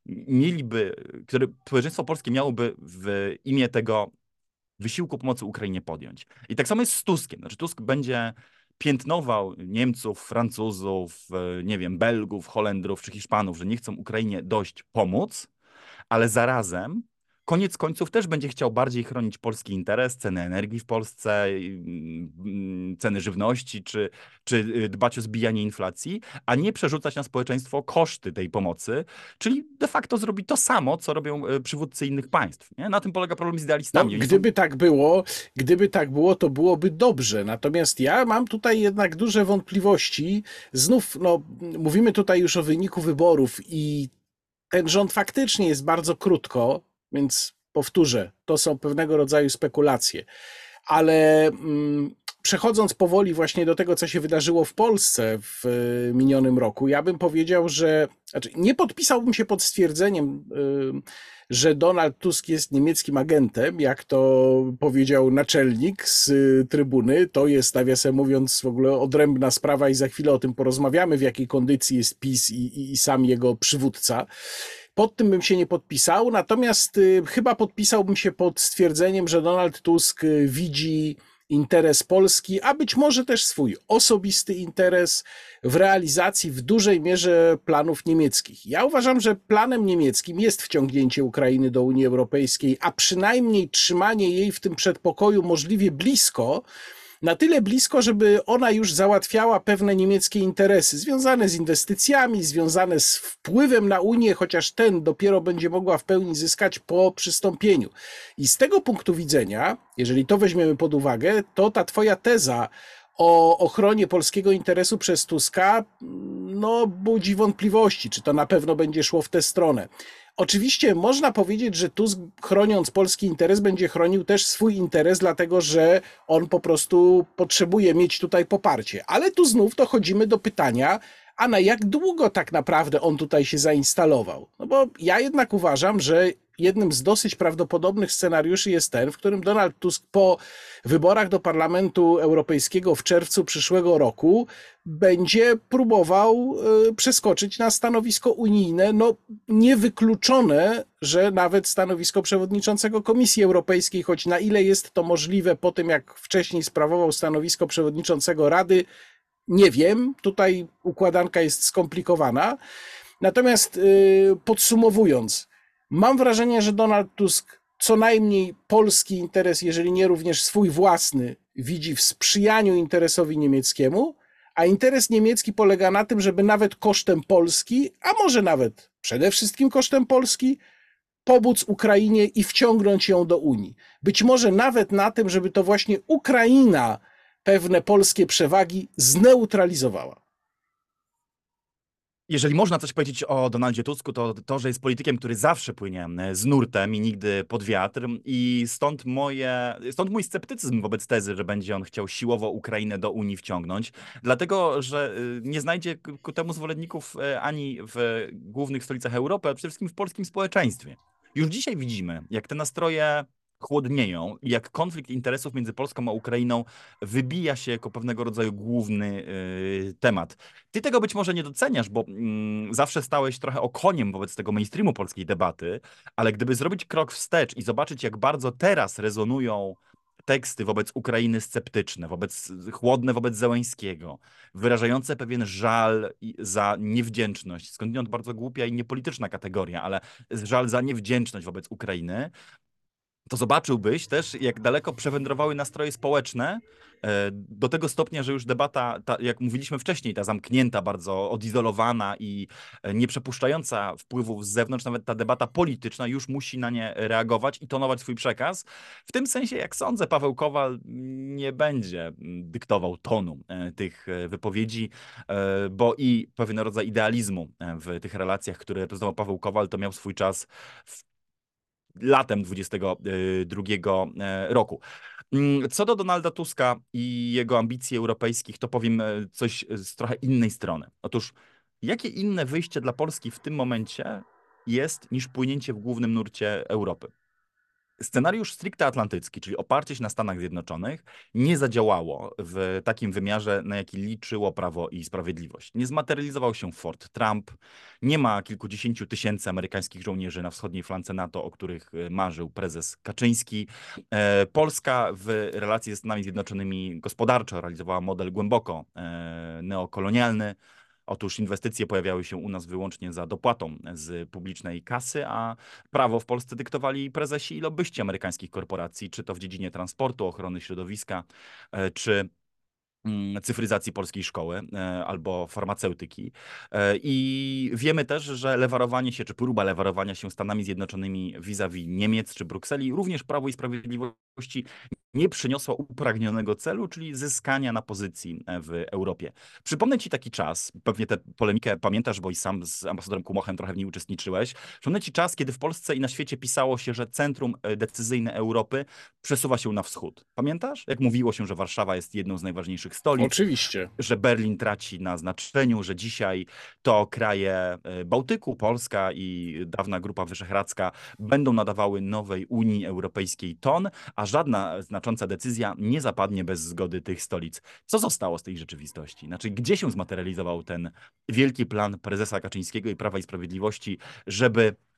[SPEAKER 2] które społeczeństwo polskie miałoby w imię tego wysiłku pomocy Ukrainie podjąć. I tak samo jest z Tuskiem. Znaczy Tusk będzie piętnował Niemców, Francuzów, nie wiem, Belgów, Holendrów czy Hiszpanów, że nie chcą Ukrainie dość pomóc, ale zarazem koniec końców też będzie chciał bardziej chronić polski interes, ceny energii w Polsce, ceny żywności, czy dbać o zbijanie inflacji, a nie przerzucać na społeczeństwo koszty tej pomocy, czyli de facto zrobi to samo, co robią przywódcy innych państw. Nie? Na tym polega problem z
[SPEAKER 1] No,
[SPEAKER 2] idealistami.
[SPEAKER 1] gdyby tak było, to byłoby dobrze. Natomiast ja mam tutaj jednak duże wątpliwości. Znów, no, mówimy tutaj już o wyniku wyborów i ten rząd faktycznie jest bardzo krótko, więc powtórzę, to są pewnego rodzaju spekulacje. Ale przechodząc powoli właśnie do tego, co się wydarzyło w Polsce w minionym roku, ja bym powiedział, że znaczy nie podpisałbym się pod stwierdzeniem, że Donald Tusk jest niemieckim agentem, jak to powiedział naczelnik z trybuny. To jest, nawiasem mówiąc, w ogóle odrębna sprawa i za chwilę o tym porozmawiamy, w jakiej kondycji jest PiS i sam jego przywódca. Pod tym bym się nie podpisał, natomiast chyba podpisałbym się pod stwierdzeniem, że Donald Tusk widzi interes Polski, a być może też swój osobisty interes w realizacji w dużej mierze planów niemieckich. Ja uważam, że planem niemieckim jest wciągnięcie Ukrainy do Unii Europejskiej, a przynajmniej trzymanie jej w tym przedpokoju możliwie blisko, na tyle blisko, żeby ona już załatwiała pewne niemieckie interesy związane z inwestycjami, związane z wpływem na Unię, chociaż ten dopiero będzie mogła w pełni zyskać po przystąpieniu. I z tego punktu widzenia, jeżeli to weźmiemy pod uwagę, to ta twoja teza o ochronie polskiego interesu przez Tuska, no, budzi wątpliwości, czy to na pewno będzie szło w tę stronę. Oczywiście można powiedzieć, że Tusk, chroniąc polski interes, będzie chronił też swój interes, dlatego że on po prostu potrzebuje mieć tutaj poparcie. Ale tu znów dochodzimy do pytania, a na jak długo tak naprawdę on tutaj się zainstalował? No bo ja jednak uważam, że jednym z dosyć prawdopodobnych scenariuszy jest ten, w którym Donald Tusk po wyborach do Parlamentu Europejskiego w czerwcu przyszłego roku będzie próbował przeskoczyć na stanowisko unijne. No, niewykluczone, że nawet stanowisko przewodniczącego Komisji Europejskiej, choć na ile jest to możliwe po tym, jak wcześniej sprawował stanowisko przewodniczącego Rady, nie wiem. Tutaj układanka jest skomplikowana. Natomiast podsumowując, mam wrażenie, że Donald Tusk co najmniej polski interes, jeżeli nie również swój własny, widzi w sprzyjaniu interesowi niemieckiemu, a interes niemiecki polega na tym, żeby nawet kosztem Polski, a może nawet przede wszystkim kosztem Polski, pomóc Ukrainie i wciągnąć ją do Unii. Być może nawet na tym, żeby to właśnie Ukraina pewne polskie przewagi zneutralizowała.
[SPEAKER 2] Jeżeli można coś powiedzieć o Donaldzie Tusku, to to, że jest politykiem, który zawsze płynie z nurtem i nigdy pod wiatr. I stąd mój sceptycyzm wobec tezy, że będzie on chciał siłowo Ukrainę do Unii wciągnąć. Dlatego, że nie znajdzie ku temu zwolenników ani w głównych stolicach Europy, ale przede wszystkim w polskim społeczeństwie. Już dzisiaj widzimy, jak te nastroje chłodnieją i jak konflikt interesów między Polską a Ukrainą wybija się jako pewnego rodzaju główny temat. Ty tego być może nie doceniasz, bo zawsze stałeś trochę okoniem wobec tego mainstreamu polskiej debaty, ale gdyby zrobić krok wstecz i zobaczyć, jak bardzo teraz rezonują teksty wobec Ukrainy sceptyczne, chłodne wobec Zełenskiego, wyrażające pewien żal za niewdzięczność, skądinąd bardzo głupia i niepolityczna kategoria, ale żal za niewdzięczność wobec Ukrainy, to zobaczyłbyś też, jak daleko przewędrowały nastroje społeczne do tego stopnia, że już debata, jak mówiliśmy wcześniej, ta zamknięta, bardzo odizolowana i nie przepuszczająca wpływów z zewnątrz, nawet ta debata polityczna już musi na nie reagować i tonować swój przekaz. W tym sensie, jak sądzę, Paweł Kowal nie będzie dyktował tonu tych wypowiedzi, bo i pewien rodzaj idealizmu w tych relacjach, które reprezentował Paweł Kowal, to miał swój czas latem 2022 roku. Co do Donalda Tuska i jego ambicji europejskich, to powiem coś z trochę innej strony. Otóż, jakie inne wyjście dla Polski w tym momencie jest niż płynięcie w głównym nurcie Europy? Scenariusz stricte atlantycki, czyli oparcie się na Stanach Zjednoczonych, nie zadziałało w takim wymiarze, na jaki liczyło Prawo i Sprawiedliwość. Nie zmaterializował się Fort Trump, nie ma kilkudziesięciu tysięcy amerykańskich żołnierzy na wschodniej flance NATO, o których marzył prezes Kaczyński. Polska w relacji ze Stanami Zjednoczonymi gospodarczo realizowała model głęboko neokolonialny. Otóż inwestycje pojawiały się u nas wyłącznie za dopłatą z publicznej kasy, a prawo w Polsce dyktowali prezesi i lobbyści amerykańskich korporacji, czy to w dziedzinie transportu, ochrony środowiska, czy cyfryzacji polskiej szkoły albo farmaceutyki. I wiemy też, że lewarowanie się, czy próba lewarowania się Stanami Zjednoczonymi vis-a-vis Niemiec czy Brukseli, również Prawo i Sprawiedliwości nie przyniosła upragnionego celu, czyli zyskania na pozycji w Europie. Przypomnę ci taki czas, pewnie tę polemikę pamiętasz, bo i sam z ambasadorem Kumochem trochę w niej uczestniczyłeś. Przypomnę ci czas, kiedy w Polsce i na świecie pisało się, że centrum decyzyjne Europy przesuwa się na wschód. Pamiętasz? Jak mówiło się, że Warszawa jest jedną z najważniejszych stolic,
[SPEAKER 1] Oczywiście.
[SPEAKER 2] że Berlin traci na znaczeniu, że dzisiaj to kraje Bałtyku, Polska i dawna Grupa Wyszehradzka będą nadawały nowej Unii Europejskiej ton, a żadna znacząca decyzja nie zapadnie bez zgody tych stolic. Co zostało z tej rzeczywistości? Znaczy, gdzie się zmaterializował ten wielki plan prezesa Kaczyńskiego i Prawa i Sprawiedliwości, żeby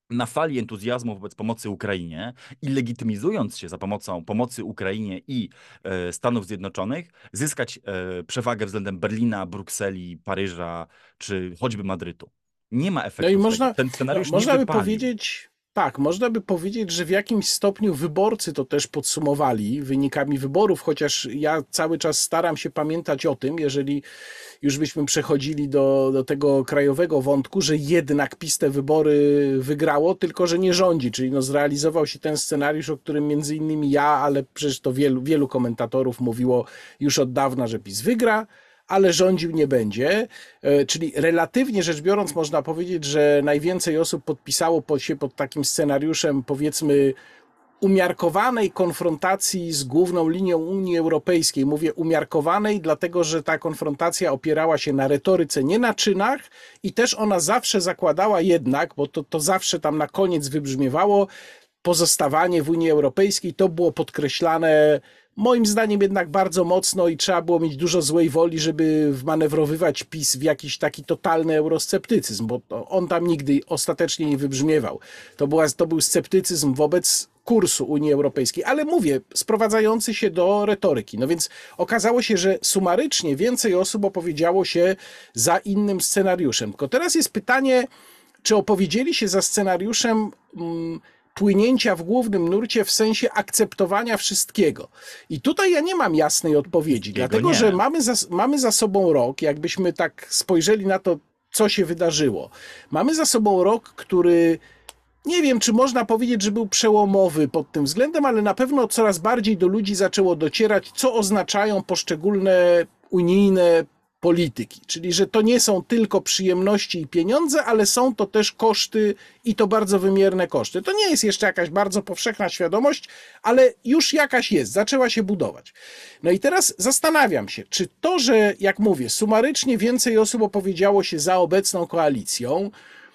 [SPEAKER 2] na fali entuzjazmu wobec pomocy Ukrainie i legitymizując się za pomocą pomocy Ukrainie i Stanów Zjednoczonych, zyskać przewagę względem Berlina, Brukseli, Paryża czy choćby Madrytu. Nie ma
[SPEAKER 1] No i
[SPEAKER 2] efektów tego. Ten scenariusz nie
[SPEAKER 1] można by
[SPEAKER 2] wypalił.
[SPEAKER 1] powiedzieć, tak, można by powiedzieć, że w jakimś stopniu wyborcy to też podsumowali wynikami wyborów, chociaż ja cały czas staram się pamiętać o tym, jeżeli już byśmy przechodzili do tego krajowego wątku, że jednak PiS te wybory wygrało, tylko że nie rządzi, czyli no zrealizował się ten scenariusz, o którym między innymi ja, ale przecież to wielu komentatorów mówiło już od dawna, że PiS wygra, ale rządził nie będzie. Czyli relatywnie rzecz biorąc, można powiedzieć, że najwięcej osób podpisało się pod takim scenariuszem, powiedzmy, umiarkowanej konfrontacji z główną linią Unii Europejskiej. Mówię umiarkowanej, dlatego że ta konfrontacja opierała się na retoryce, nie na czynach i też ona zawsze zakładała jednak, bo to zawsze tam na koniec wybrzmiewało, pozostawanie w Unii Europejskiej. To było podkreślane moim zdaniem jednak bardzo mocno i trzeba było mieć dużo złej woli, żeby wmanewrowywać PiS w jakiś taki totalny eurosceptycyzm, bo on tam nigdy ostatecznie nie wybrzmiewał. To był sceptycyzm wobec kursu Unii Europejskiej, ale mówię, sprowadzający się do retoryki. No więc okazało się, że sumarycznie więcej osób opowiedziało się za innym scenariuszem. Tylko teraz jest pytanie, czy opowiedzieli się za scenariuszem płynięcia w głównym nurcie w sensie akceptowania wszystkiego. I tutaj ja nie mam jasnej odpowiedzi, dlatego
[SPEAKER 2] nie.
[SPEAKER 1] że mamy za sobą rok, jakbyśmy tak spojrzeli na to, co się wydarzyło. Mamy za sobą rok, który nie wiem, czy można powiedzieć, że był przełomowy pod tym względem, ale na pewno coraz bardziej do ludzi zaczęło docierać, co oznaczają poszczególne unijne polityki. Czyli, że to nie są tylko przyjemności i pieniądze, ale są to też koszty i to bardzo wymierne koszty. To nie jest jeszcze jakaś bardzo powszechna świadomość, ale już jakaś jest, zaczęła się budować. No i teraz zastanawiam się, czy to, że jak mówię, sumarycznie więcej osób opowiedziało się za obecną koalicją,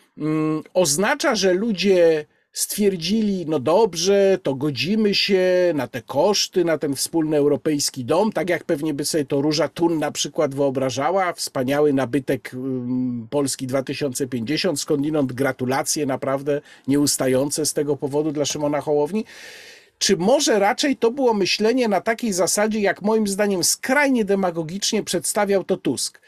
[SPEAKER 1] oznacza, że ludzie stwierdzili, no dobrze, to godzimy się na te koszty, na ten wspólny europejski dom, tak jak pewnie by sobie to Róża Thun na przykład wyobrażała, wspaniały nabytek Polski 2050, skądinąd gratulacje naprawdę nieustające z tego powodu dla Szymona Hołowni. Czy może raczej to było myślenie na takiej zasadzie, jak moim zdaniem skrajnie demagogicznie przedstawiał to Tusk?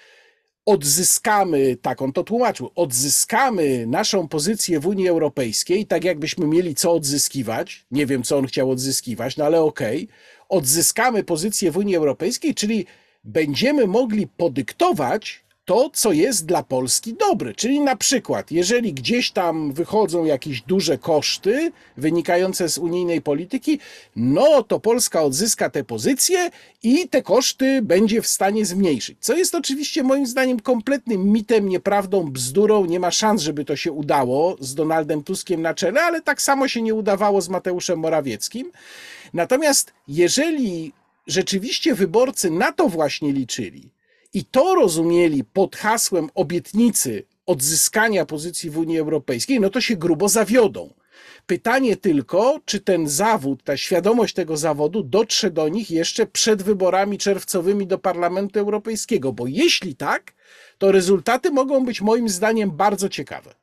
[SPEAKER 1] Odzyskamy, tak on to tłumaczył, odzyskamy naszą pozycję w Unii Europejskiej, tak jakbyśmy mieli co odzyskiwać. Nie wiem, co on chciał odzyskiwać, no ale okej. Odzyskamy pozycję w Unii Europejskiej, czyli będziemy mogli podyktować to, co jest dla Polski dobre. Czyli na przykład, jeżeli gdzieś tam wychodzą jakieś duże koszty wynikające z unijnej polityki, no to Polska odzyska te pozycje i te koszty będzie w stanie zmniejszyć. Co jest oczywiście moim zdaniem kompletnym mitem, nieprawdą, bzdurą. Nie ma szans, żeby to się udało z Donaldem Tuskiem na czele, ale tak samo się nie udawało z Mateuszem Morawieckim. Natomiast jeżeli rzeczywiście wyborcy na to właśnie liczyli, i to rozumieli pod hasłem obietnicy odzyskania pozycji w Unii Europejskiej, no to się grubo zawiodą. Pytanie tylko, czy ten zawód, ta świadomość tego zawodu dotrze do nich jeszcze przed wyborami czerwcowymi do Parlamentu Europejskiego, bo jeśli tak, to rezultaty mogą być moim zdaniem bardzo ciekawe.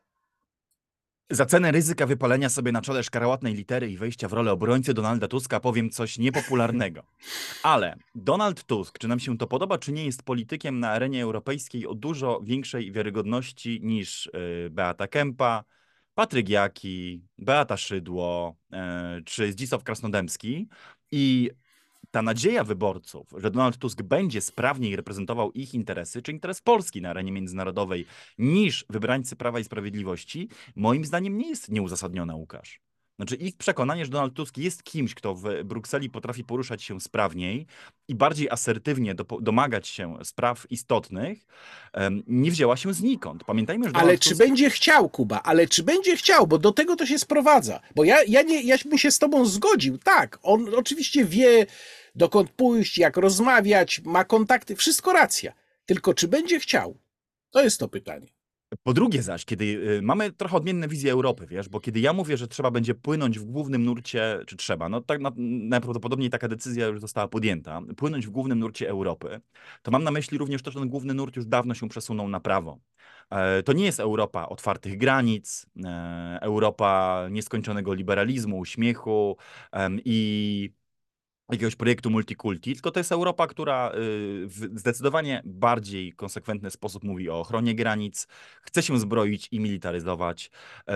[SPEAKER 2] Za cenę ryzyka wypalenia sobie na czole szkarłatnej litery i wejścia w rolę obrońcy Donalda Tuska powiem coś niepopularnego. Ale Donald Tusk, czy nam się to podoba, czy nie, jest politykiem na arenie europejskiej o dużo większej wiarygodności niż Beata Kempa, Patryk Jaki, Beata Szydło czy Zdzisław Krasnodębski. I ta nadzieja wyborców, że Donald Tusk będzie sprawniej reprezentował ich interesy, czy interes Polski na arenie międzynarodowej, niż wybrańcy Prawa i Sprawiedliwości, moim zdaniem nie jest nieuzasadniona, Łukasz. Znaczy ich przekonanie, że Donald Tusk jest kimś, kto w Brukseli potrafi poruszać się sprawniej i bardziej asertywnie domagać się spraw istotnych, nie wzięła się znikąd. Pamiętajmy, że Donald
[SPEAKER 1] Ale czy
[SPEAKER 2] Tusk...
[SPEAKER 1] będzie chciał, Kuba? Ale czy będzie chciał? Bo do tego to się sprowadza. Bo ja bym się z tobą zgodził. Tak, on oczywiście wie, dokąd pójść, jak rozmawiać, ma kontakty, wszystko racja. Tylko czy będzie chciał? To jest to pytanie.
[SPEAKER 2] Po drugie zaś, kiedy mamy trochę odmienne wizje Europy, wiesz, bo kiedy ja mówię, że trzeba będzie płynąć w głównym nurcie, czy trzeba, no tak najprawdopodobniej taka decyzja już została podjęta, płynąć w głównym nurcie Europy, to mam na myśli również to, że ten główny nurt już dawno się przesunął na prawo. To nie jest Europa otwartych granic, Europa nieskończonego liberalizmu, uśmiechu i jakiegoś projektu multikulti, tylko to jest Europa, która w zdecydowanie bardziej konsekwentny sposób mówi o ochronie granic, chce się zbroić i militaryzować.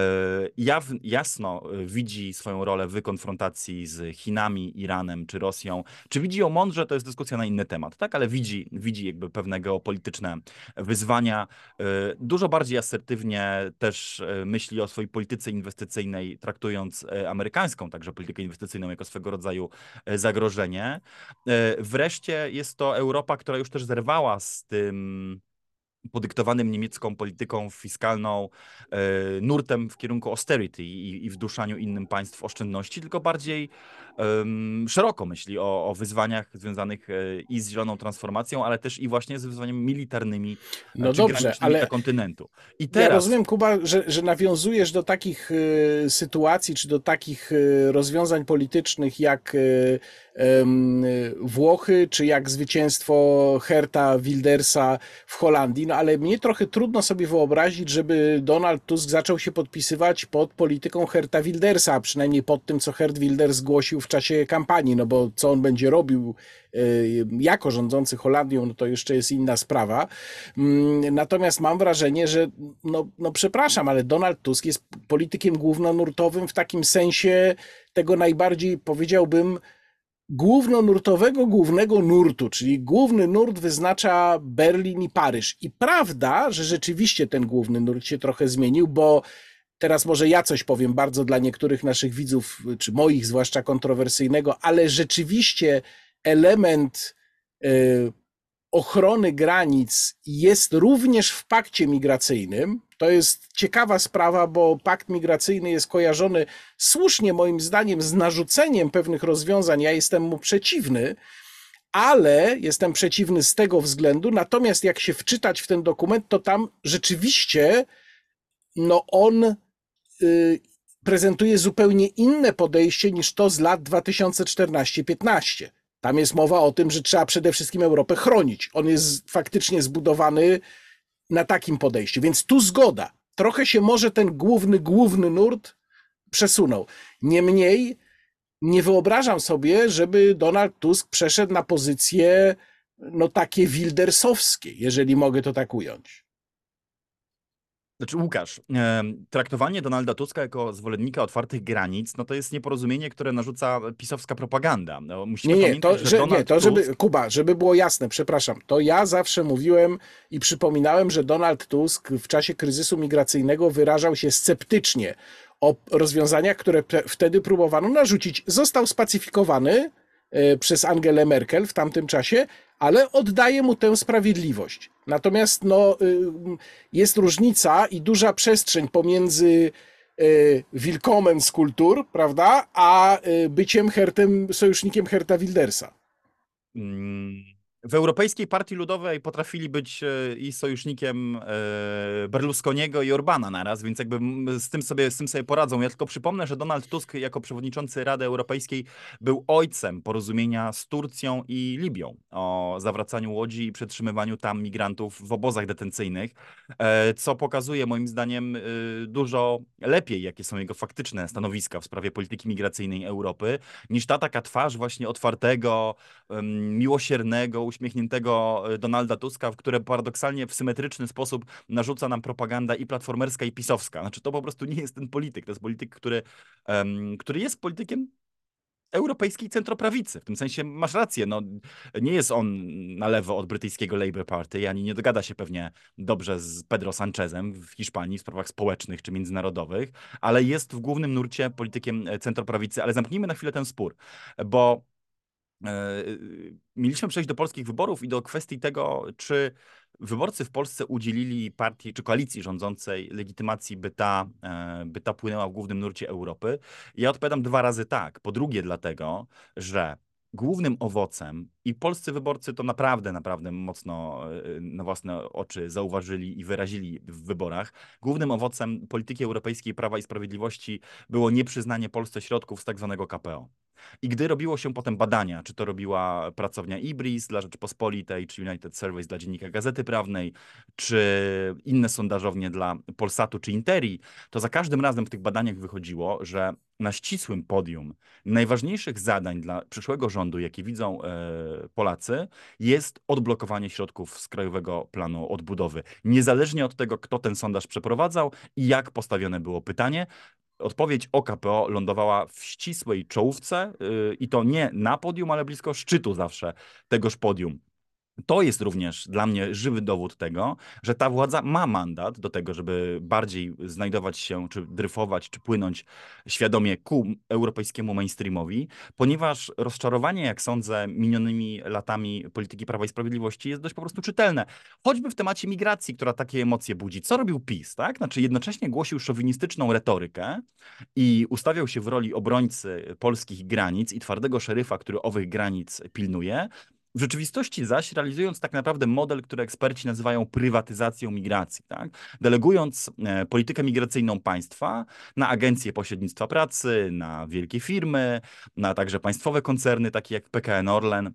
[SPEAKER 2] Jasno widzi swoją rolę w konfrontacji z Chinami, Iranem czy Rosją. Czy widzi ją mądrze, to jest dyskusja na inny temat, tak? Ale widzi jakby pewne geopolityczne wyzwania. Dużo bardziej asertywnie też myśli o swojej polityce inwestycyjnej, traktując amerykańską także politykę inwestycyjną jako swego rodzaju zagrożenie. Wreszcie jest to Europa, która już też zerwała z tym podyktowanym niemiecką polityką fiskalną nurtem w kierunku austerity i wduszaniu innym państw oszczędności, tylko bardziej szeroko myśli o wyzwaniach związanych i z zieloną transformacją, ale też i właśnie z wyzwaniami militarnymi
[SPEAKER 1] No
[SPEAKER 2] czy
[SPEAKER 1] dobrze,
[SPEAKER 2] granicznymi dla
[SPEAKER 1] ale
[SPEAKER 2] kontynentu. I
[SPEAKER 1] ja
[SPEAKER 2] teraz
[SPEAKER 1] rozumiem, Kuba, że nawiązujesz do takich sytuacji, czy do takich rozwiązań politycznych jak Włochy, czy jak zwycięstwo Geerta Wildersa w Holandii, no ale mnie trochę trudno sobie wyobrazić, żeby Donald Tusk zaczął się podpisywać pod polityką Geerta Wildersa, a przynajmniej pod tym, co Geert Wilders zgłosił w czasie kampanii, no bo co on będzie robił jako rządzący Holandią, no to jeszcze jest inna sprawa. Natomiast mam wrażenie, że no przepraszam, ale Donald Tusk jest politykiem głównonurtowym w takim sensie tego najbardziej, powiedziałbym, głównonurtowego głównego nurtu, czyli główny nurt wyznacza Berlin i Paryż. I prawda, że rzeczywiście ten główny nurt się trochę zmienił, bo teraz może ja coś powiem bardzo dla niektórych naszych widzów, czy moich zwłaszcza kontrowersyjnego, ale rzeczywiście element ochrony granic jest również w pakcie migracyjnym. To jest ciekawa sprawa, bo pakt migracyjny jest kojarzony słusznie moim zdaniem z narzuceniem pewnych rozwiązań. Ja jestem mu przeciwny, ale jestem przeciwny z tego względu. Natomiast jak się wczytać w ten dokument, to tam rzeczywiście on prezentuje zupełnie inne podejście niż to z lat 2014-15. Tam jest mowa o tym, że trzeba przede wszystkim Europę chronić. On jest faktycznie zbudowany na takim podejściu, więc tu zgoda. Trochę się może ten główny nurt przesunął. Niemniej nie wyobrażam sobie, żeby Donald Tusk przeszedł na pozycje takie wildersowskie, jeżeli mogę to tak ująć.
[SPEAKER 2] Znaczy, Łukasz, traktowanie Donalda Tuska jako zwolennika otwartych granic, no to jest nieporozumienie, które narzuca pisowska propaganda. No, musimy pamiętać, że Donald Tusk...
[SPEAKER 1] Kuba, żeby było jasne, przepraszam, to ja zawsze mówiłem i przypominałem, że Donald Tusk w czasie kryzysu migracyjnego wyrażał się sceptycznie o rozwiązaniach, które wtedy próbowano narzucić. Został spacyfikowany przez Angelę Merkel w tamtym czasie, ale oddaję mu tę sprawiedliwość. Natomiast jest różnica i duża przestrzeń pomiędzy Willkommen z kultur, prawda, a byciem sojusznikiem Geerta Wildersa.
[SPEAKER 2] W Europejskiej Partii Ludowej potrafili być i sojusznikiem Berlusconiego i Orbana naraz, więc jakby z tym sobie poradzą. Ja tylko przypomnę, że Donald Tusk jako przewodniczący Rady Europejskiej był ojcem porozumienia z Turcją i Libią o zawracaniu łodzi i przetrzymywaniu tam migrantów w obozach detencyjnych, co pokazuje moim zdaniem dużo lepiej, jakie są jego faktyczne stanowiska w sprawie polityki migracyjnej Europy, niż ta taka twarz właśnie otwartego, miłosiernego, uśmiechniętego Donalda Tuska, które paradoksalnie w symetryczny sposób narzuca nam propaganda i platformerska, i pisowska. Znaczy to po prostu nie jest ten polityk. To jest polityk, który jest politykiem europejskiej centroprawicy. W tym sensie masz rację, nie jest on na lewo od brytyjskiego Labour Party, ani nie dogada się pewnie dobrze z Pedro Sanchezem w Hiszpanii w sprawach społecznych czy międzynarodowych, ale jest w głównym nurcie politykiem centroprawicy. Ale zamknijmy na chwilę ten spór, bo mieliśmy przejść do polskich wyborów i do kwestii tego, czy wyborcy w Polsce udzielili partii czy koalicji rządzącej legitymacji, by ta płynęła w głównym nurcie Europy. Ja odpowiadam 2 razy tak. Po drugie dlatego, że głównym owocem I polscy wyborcy to naprawdę mocno na własne oczy zauważyli i wyrazili w wyborach. Głównym owocem polityki europejskiej Prawa i Sprawiedliwości było nieprzyznanie Polsce środków z tak zwanego KPO. I gdy robiło się potem badania, czy to robiła pracownia IBRIS dla Rzeczypospolitej, czy United Surveys dla Dziennika Gazety Prawnej, czy inne sondażownie dla Polsatu czy Interi, to za każdym razem w tych badaniach wychodziło, że na ścisłym podium najważniejszych zadań dla przyszłego rządu, jakie widzą Polacy, jest odblokowanie środków z Krajowego Planu Odbudowy. Niezależnie od tego, kto ten sondaż przeprowadzał i jak postawione było pytanie, odpowiedź o KPO lądowała w ścisłej czołówce i to nie na podium, ale blisko szczytu zawsze tegoż podium. To jest również dla mnie żywy dowód tego, że ta władza ma mandat do tego, żeby bardziej znajdować się, czy dryfować, czy płynąć świadomie ku europejskiemu mainstreamowi, ponieważ rozczarowanie, jak sądzę, minionymi latami polityki Prawa i Sprawiedliwości jest dość po prostu czytelne. Choćby w temacie migracji, która takie emocje budzi. Co robił PiS, tak? Znaczy jednocześnie głosił szowinistyczną retorykę i ustawiał się w roli obrońcy polskich granic i twardego szeryfa, który owych granic pilnuje. W rzeczywistości zaś realizując tak naprawdę model, który eksperci nazywają prywatyzacją migracji, tak? Delegując politykę migracyjną państwa na agencje pośrednictwa pracy, na wielkie firmy, na także państwowe koncerny takie jak PKN Orlen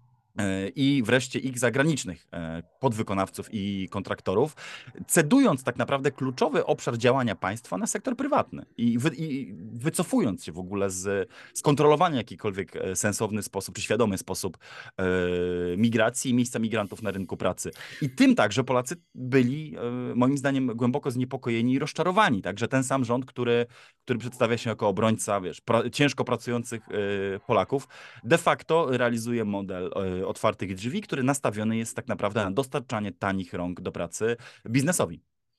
[SPEAKER 2] i wreszcie ich zagranicznych podwykonawców i kontraktorów, cedując tak naprawdę kluczowy obszar działania państwa na sektor prywatny i wycofując się w ogóle z kontrolowania w jakikolwiek sensowny sposób, czy świadomy sposób migracji i miejsca migrantów na rynku pracy. I tym także Polacy byli, moim zdaniem, głęboko zniepokojeni i rozczarowani. Także ten sam rząd, który przedstawia się jako obrońca, ciężko pracujących Polaków, de facto realizuje model otwartych drzwi, który nastawiony jest tak naprawdę na dostarczanie tanich rąk do pracy biznesowi.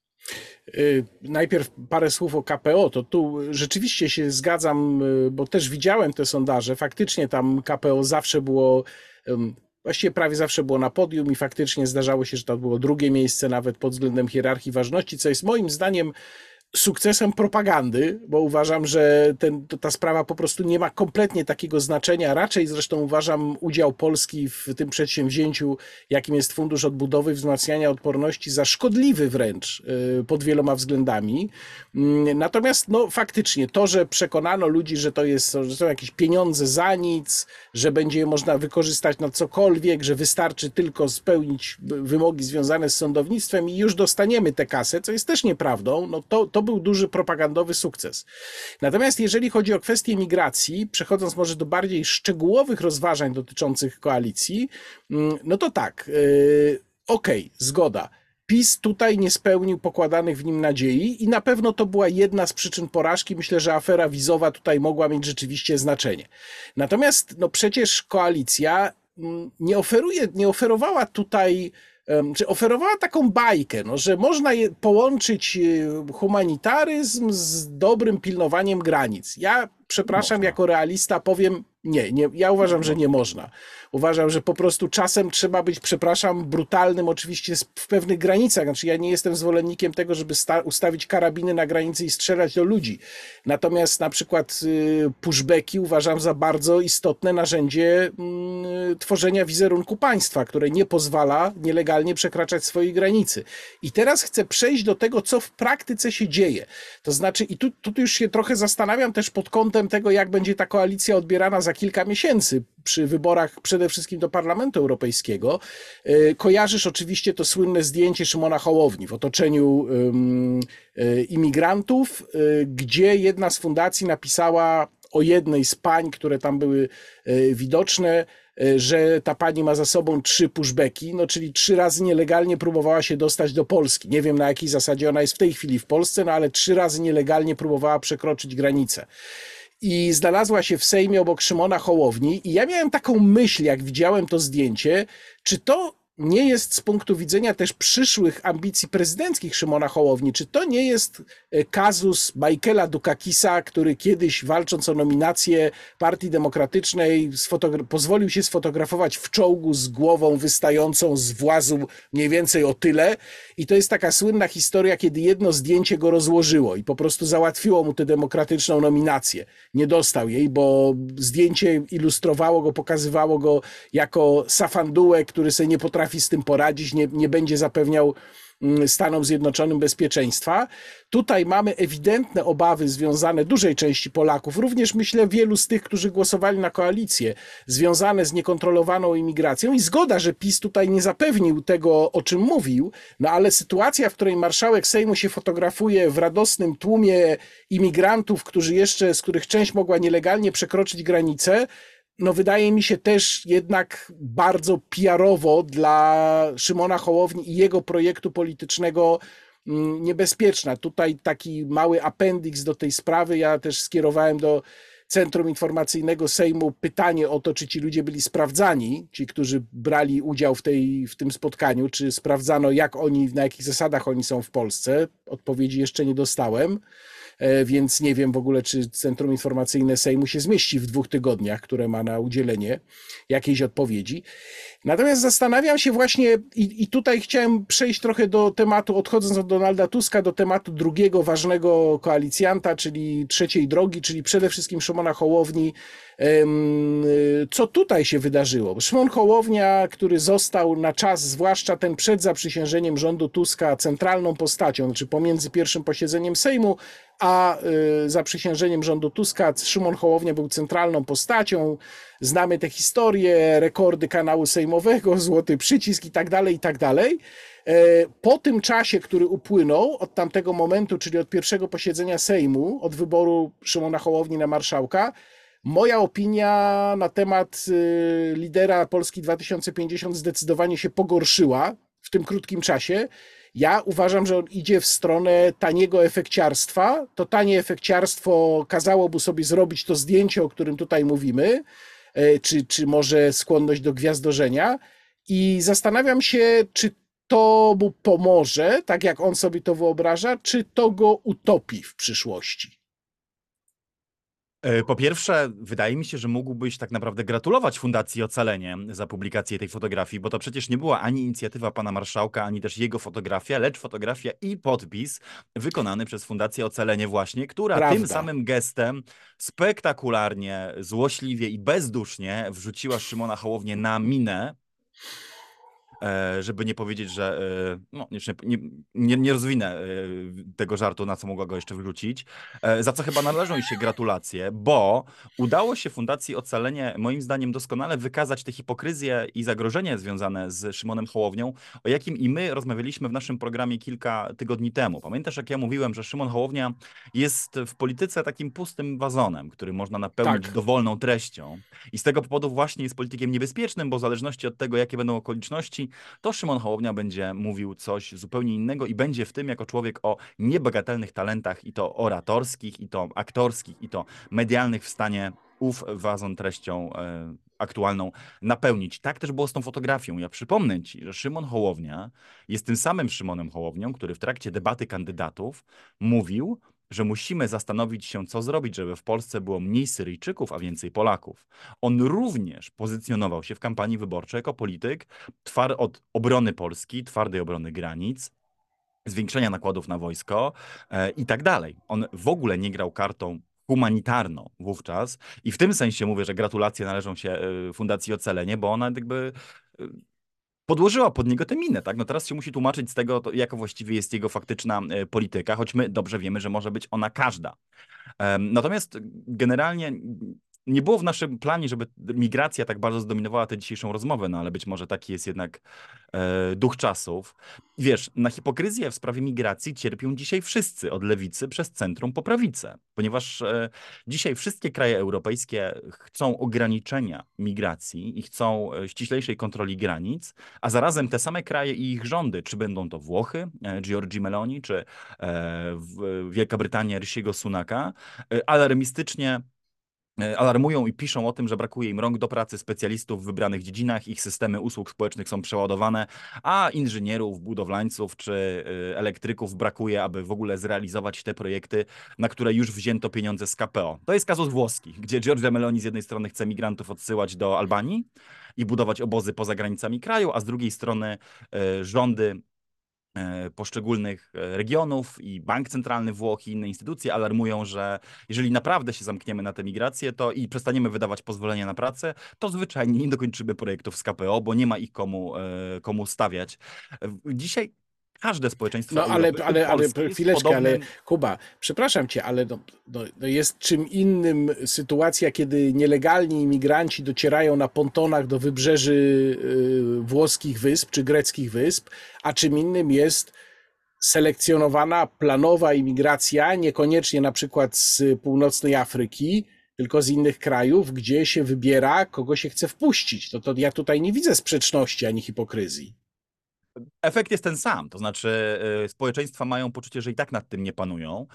[SPEAKER 1] Najpierw parę słów o KPO. To tu rzeczywiście się zgadzam, bo też widziałem te sondaże. Faktycznie tam KPO zawsze było, właściwie prawie zawsze było na podium i faktycznie zdarzało się, że to było drugie miejsce nawet pod względem hierarchii ważności, co jest moim zdaniem sukcesem propagandy, bo uważam, że ta sprawa po prostu nie ma kompletnie takiego znaczenia. Raczej zresztą uważam udział Polski w tym przedsięwzięciu, jakim jest Fundusz Odbudowy i Wzmacniania Odporności, za szkodliwy wręcz pod wieloma względami. Natomiast no, faktycznie to, że przekonano ludzi, że są jakieś pieniądze za nic, że będzie je można wykorzystać na cokolwiek, że wystarczy tylko spełnić wymogi związane z sądownictwem i już dostaniemy tę kasę, co jest też nieprawdą, no to był duży propagandowy sukces. Natomiast jeżeli chodzi o kwestię migracji, przechodząc może do bardziej szczegółowych rozważań dotyczących koalicji, no to tak, okej, zgoda. PiS tutaj nie spełnił pokładanych w nim nadziei i na pewno to była jedna z przyczyn porażki. Myślę, że afera wizowa tutaj mogła mieć rzeczywiście znaczenie. Natomiast no przecież koalicja nie oferowała tutaj, czy oferowała taką bajkę, no, że można połączyć humanitaryzm z dobrym pilnowaniem granic. Ja, przepraszam, jako realista powiem, nie, ja uważam, że nie można. Uważam, że po prostu czasem trzeba być, przepraszam, brutalnym oczywiście w pewnych granicach. Znaczy ja nie jestem zwolennikiem tego, żeby ustawić karabiny na granicy i strzelać do ludzi. Natomiast na przykład pushbacki uważam za bardzo istotne narzędzie tworzenia wizerunku państwa, które nie pozwala nielegalnie przekraczać swojej granicy. I teraz chcę przejść do tego, co w praktyce się dzieje. To znaczy, i tu już się trochę zastanawiam też pod kątem tego, jak będzie ta koalicja odbierana za kilka miesięcy przy wyborach przede wszystkim do Parlamentu Europejskiego. Kojarzysz oczywiście to słynne zdjęcie Szymona Hołowni w otoczeniu imigrantów, gdzie jedna z fundacji napisała o jednej z pań, które tam były widoczne, że ta pani ma za sobą 3 pushbacki, no czyli 3 razy nielegalnie próbowała się dostać do Polski. Nie wiem, na jakiej zasadzie ona jest w tej chwili w Polsce, no ale 3 razy nielegalnie próbowała przekroczyć granicę. I znalazła się w Sejmie obok Szymona Hołowni i ja miałem taką myśl, jak widziałem to zdjęcie, czy to nie jest z punktu widzenia też przyszłych ambicji prezydenckich Szymona Hołowni, czy to nie jest kazus Michaela Dukakisa, który kiedyś walcząc o nominację Partii Demokratycznej pozwolił się sfotografować w czołgu z głową wystającą z włazu mniej więcej o tyle i to jest taka słynna historia, kiedy jedno zdjęcie go rozłożyło i po prostu załatwiło mu tę demokratyczną nominację. Nie dostał jej, bo zdjęcie ilustrowało go, pokazywało go jako safandułę, który sobie nie potrafi z tym poradzić, nie będzie zapewniał Stanom Zjednoczonym bezpieczeństwa. Tutaj mamy ewidentne obawy związane dużej części Polaków, również myślę wielu z tych, którzy głosowali na koalicję, związane z niekontrolowaną imigracją i zgoda, że PiS tutaj nie zapewnił tego, o czym mówił, no ale sytuacja, w której marszałek Sejmu się fotografuje w radosnym tłumie imigrantów, z których część mogła nielegalnie przekroczyć granicę, no wydaje mi się też jednak bardzo PR-owo dla Szymona Hołowni i jego projektu politycznego niebezpieczna. Tutaj taki mały appendix do tej sprawy. Ja też skierowałem do Centrum Informacyjnego Sejmu pytanie o to, czy ci ludzie byli sprawdzani, ci, którzy brali udział w tym spotkaniu, czy sprawdzano, na jakich zasadach oni są w Polsce. Odpowiedzi jeszcze nie dostałem. Więc nie wiem w ogóle, czy Centrum Informacyjne Sejmu się zmieści w 2 tygodniach, które ma na udzielenie jakiejś odpowiedzi. Natomiast zastanawiam się właśnie i tutaj chciałem przejść trochę do tematu, odchodząc od Donalda Tuska, do tematu drugiego ważnego koalicjanta, czyli trzeciej drogi, czyli przede wszystkim Szymona Hołowni. Co tutaj się wydarzyło? Szymon Hołownia, który został na czas, zwłaszcza ten przed zaprzysiężeniem rządu Tuska, centralną postacią, znaczy pomiędzy pierwszym posiedzeniem Sejmu a zaprzysiężeniem rządu Tuska, Szymon Hołownia był centralną postacią. Znamy te historie, rekordy kanału sejmowego, złoty przycisk i tak dalej, i tak dalej. Po tym czasie, który upłynął od tamtego momentu, czyli od pierwszego posiedzenia Sejmu, od wyboru Szymona Hołowni na marszałka, moja opinia na temat lidera Polski 2050 zdecydowanie się pogorszyła w tym krótkim czasie. Ja uważam, że on idzie w stronę taniego efekciarstwa. To tanie efekciarstwo kazałoby sobie zrobić to zdjęcie, o którym tutaj mówimy, czy może skłonność do gwiazdorzenia. I zastanawiam się, czy to mu pomoże, tak jak on sobie to wyobraża, czy to go utopi w przyszłości.
[SPEAKER 2] Po pierwsze, wydaje mi się, że mógłbyś tak naprawdę gratulować Fundacji Ocalenie za publikację tej fotografii, bo to przecież nie była ani inicjatywa pana marszałka, ani też jego fotografia, lecz fotografia i podpis wykonany przez Fundację Ocalenie właśnie, która tym
[SPEAKER 1] Prawda.
[SPEAKER 2] samym gestem spektakularnie, złośliwie i bezdusznie wrzuciła Szymona Hołownię na minę, żeby nie powiedzieć, że no, nie rozwinę tego żartu, na co mogła go jeszcze wrzucić, za co chyba należą jej się gratulacje, bo udało się Fundacji Ocalenie moim zdaniem doskonale wykazać tę hipokryzję i zagrożenie związane z Szymonem Hołownią, o jakim i my rozmawialiśmy w naszym programie kilka tygodni temu. Pamiętasz, jak ja mówiłem, że Szymon Hołownia jest w polityce takim pustym wazonem, który można napełnić
[SPEAKER 1] Tak.
[SPEAKER 2] dowolną treścią i z tego powodu właśnie jest politykiem niebezpiecznym, bo w zależności od tego, jakie będą okoliczności, to Szymon Hołownia będzie mówił coś zupełnie innego i będzie w tym jako człowiek o niebagatelnych talentach i to oratorskich, i to aktorskich, i to medialnych w stanie ów wazon treścią aktualną napełnić. Tak też było z tą fotografią. Ja przypomnę ci, że Szymon Hołownia jest tym samym Szymonem Hołownią, który w trakcie debaty kandydatów mówił, że musimy zastanowić się, co zrobić, żeby w Polsce było mniej Syryjczyków, a więcej Polaków. On również pozycjonował się w kampanii wyborczej jako polityk od obrony Polski, twardej obrony granic, zwiększenia nakładów na wojsko i tak dalej. On w ogóle nie grał kartą humanitarną wówczas i w tym sensie mówię, że gratulacje należą się Fundacji Ocalenie, bo ona jakby podłożyła pod niego tę minę, tak? No teraz się musi tłumaczyć z tego, jaka właściwie jest jego faktyczna polityka, choć my dobrze wiemy, że może być ona każda. Natomiast generalnie nie było w naszym planie, żeby migracja tak bardzo zdominowała tę dzisiejszą rozmowę, no ale być może taki jest jednak duch czasów. Wiesz, na hipokryzję w sprawie migracji cierpią dzisiaj wszyscy, od lewicy przez centrum po prawicę, ponieważ dzisiaj wszystkie kraje europejskie chcą ograniczenia migracji i chcą ściślejszej kontroli granic, a zarazem te same kraje i ich rządy, czy będą to Włochy, Giorgi Meloni, czy Wielka Brytania Rishiego Sunaka, alarmistycznie alarmują i piszą o tym, że brakuje im rąk do pracy, specjalistów w wybranych dziedzinach, ich systemy usług społecznych są przeładowane, a inżynierów, budowlańców czy elektryków brakuje, aby w ogóle zrealizować te projekty, na które już wzięto pieniądze z KPO. To jest kazus włoski, gdzie Giorgia Meloni z jednej strony chce migrantów odsyłać do Albanii i budować obozy poza granicami kraju, a z drugiej strony rządy poszczególnych regionów i Bank Centralny Włoch i inne instytucje alarmują, że jeżeli naprawdę się zamkniemy na tę migrację to i przestaniemy wydawać pozwolenia na pracę, to zwyczajnie nie dokończymy projektów z KPO, bo nie ma ich komu stawiać. Dzisiaj każde społeczeństwo
[SPEAKER 1] No
[SPEAKER 2] Europy, w tym
[SPEAKER 1] ale
[SPEAKER 2] Polski, jest
[SPEAKER 1] chwileczkę, ale
[SPEAKER 2] podobnym.
[SPEAKER 1] Kuba, przepraszam cię, ale no jest czym innym sytuacja, kiedy nielegalni imigranci docierają na pontonach do wybrzeży włoskich wysp czy greckich wysp, a czym innym jest selekcjonowana, planowa imigracja, niekoniecznie na przykład z północnej Afryki, tylko z innych krajów, gdzie się wybiera, kogo się chce wpuścić. To ja tutaj nie widzę sprzeczności ani hipokryzji.
[SPEAKER 2] Efekt jest ten sam, to znaczy społeczeństwa mają poczucie, że i tak nad tym nie panują,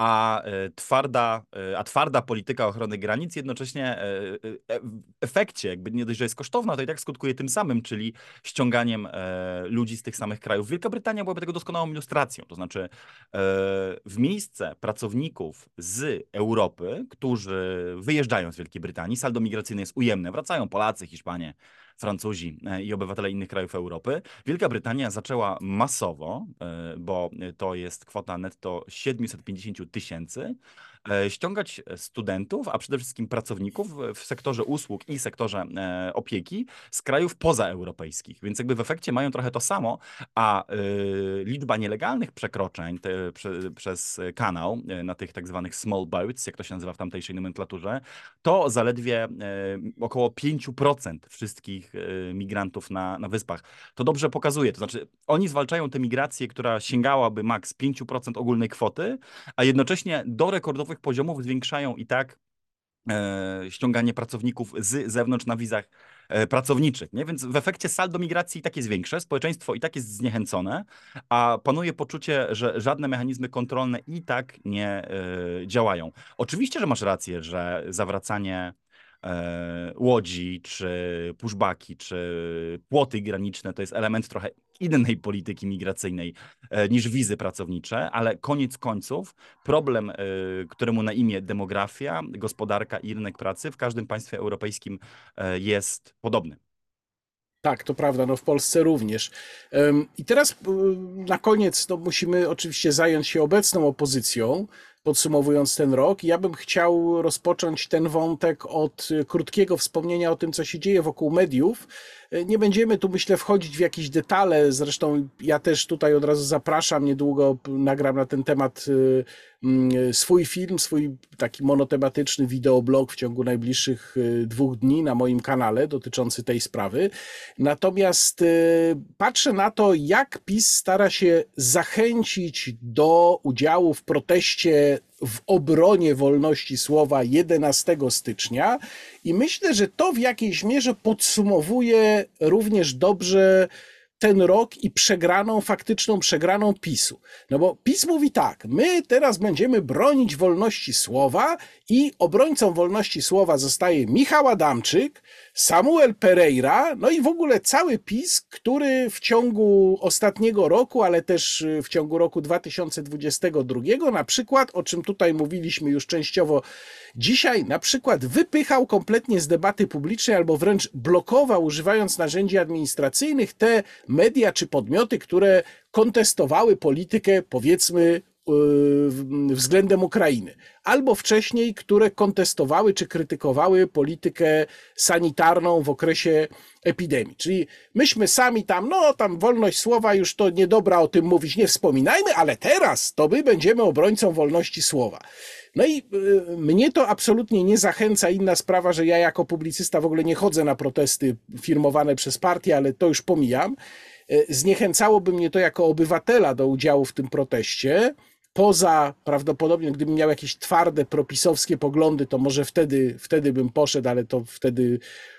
[SPEAKER 2] a twarda polityka ochrony granic jednocześnie w efekcie, jakby nie dość, że jest kosztowna, to i tak skutkuje tym samym, czyli ściąganiem ludzi z tych samych krajów. Wielka Brytania byłaby tego doskonałą ilustracją, to znaczy w miejsce pracowników z Europy, którzy wyjeżdżają z Wielkiej Brytanii, saldo migracyjne jest ujemne, wracają Polacy, Hiszpanie, Francuzi i obywatele innych krajów Europy. Wielka Brytania zaczęła masowo, bo to jest kwota netto 750 tysięcy, ściągać studentów, a przede wszystkim pracowników w sektorze usług i sektorze opieki z krajów pozaeuropejskich. Więc jakby w efekcie mają trochę to samo, a liczba nielegalnych przekroczeń przez kanał na tych tak zwanych small boats, jak to się nazywa w tamtejszej nomenklaturze, to zaledwie około 5% wszystkich migrantów na wyspach. To dobrze pokazuje, to znaczy oni zwalczają tę migrację, która sięgałaby maks 5% ogólnej kwoty, a jednocześnie do rekordowych poziomów zwiększają i tak ściąganie pracowników z zewnątrz na wizach pracowniczych, nie? Więc w efekcie saldo migracji i tak jest większe, społeczeństwo i tak jest zniechęcone, a panuje poczucie, że żadne mechanizmy kontrolne i tak nie działają. Oczywiście, że masz rację, że zawracanie łodzi, czy pushbacki, czy płoty graniczne to jest element trochę innej polityki migracyjnej niż wizy pracownicze, ale koniec końców problem, któremu na imię demografia, gospodarka i rynek pracy w każdym państwie europejskim jest podobny.
[SPEAKER 1] Tak, to prawda, no w Polsce również. I teraz na koniec no, musimy oczywiście zająć się obecną opozycją, podsumowując ten rok. Ja bym chciał rozpocząć ten wątek od krótkiego wspomnienia o tym, co się dzieje wokół mediów. Nie będziemy tu, myślę, wchodzić w jakieś detale, zresztą ja też tutaj od razu zapraszam, niedługo nagram na ten temat swój film, swój taki monotematyczny wideoblog w ciągu najbliższych 2 dni na moim kanale dotyczący tej sprawy. Natomiast patrzę na to, jak PiS stara się zachęcić do udziału w proteście w obronie wolności słowa 11 stycznia i myślę, że to w jakiejś mierze podsumowuje również dobrze ten rok i faktyczną przegraną PiS-u. No bo PiS mówi tak, my teraz będziemy bronić wolności słowa i obrońcą wolności słowa zostaje Michał Adamczyk, Samuel Pereira, no i w ogóle cały PiS, który w ciągu ostatniego roku, ale też w ciągu roku 2022 na przykład, o czym tutaj mówiliśmy już częściowo dzisiaj, na przykład wypychał kompletnie z debaty publicznej albo wręcz blokował, używając narzędzi administracyjnych, te media czy podmioty, które kontestowały politykę, powiedzmy, względem Ukrainy, albo wcześniej, które kontestowały czy krytykowały politykę sanitarną w okresie epidemii. Czyli myśmy sami tam, no tam wolność słowa, już to niedobra o tym mówić, nie wspominajmy, ale teraz to my będziemy obrońcą wolności słowa. No i mnie to absolutnie nie zachęca. Inna sprawa, że ja jako publicysta w ogóle nie chodzę na protesty firmowane przez partię, ale to już pomijam. Zniechęcałoby mnie to jako obywatela do udziału w tym proteście. Poza prawdopodobnie, gdybym miał jakieś twarde propisowskie poglądy, to może wtedy bym poszedł, ale to wtedy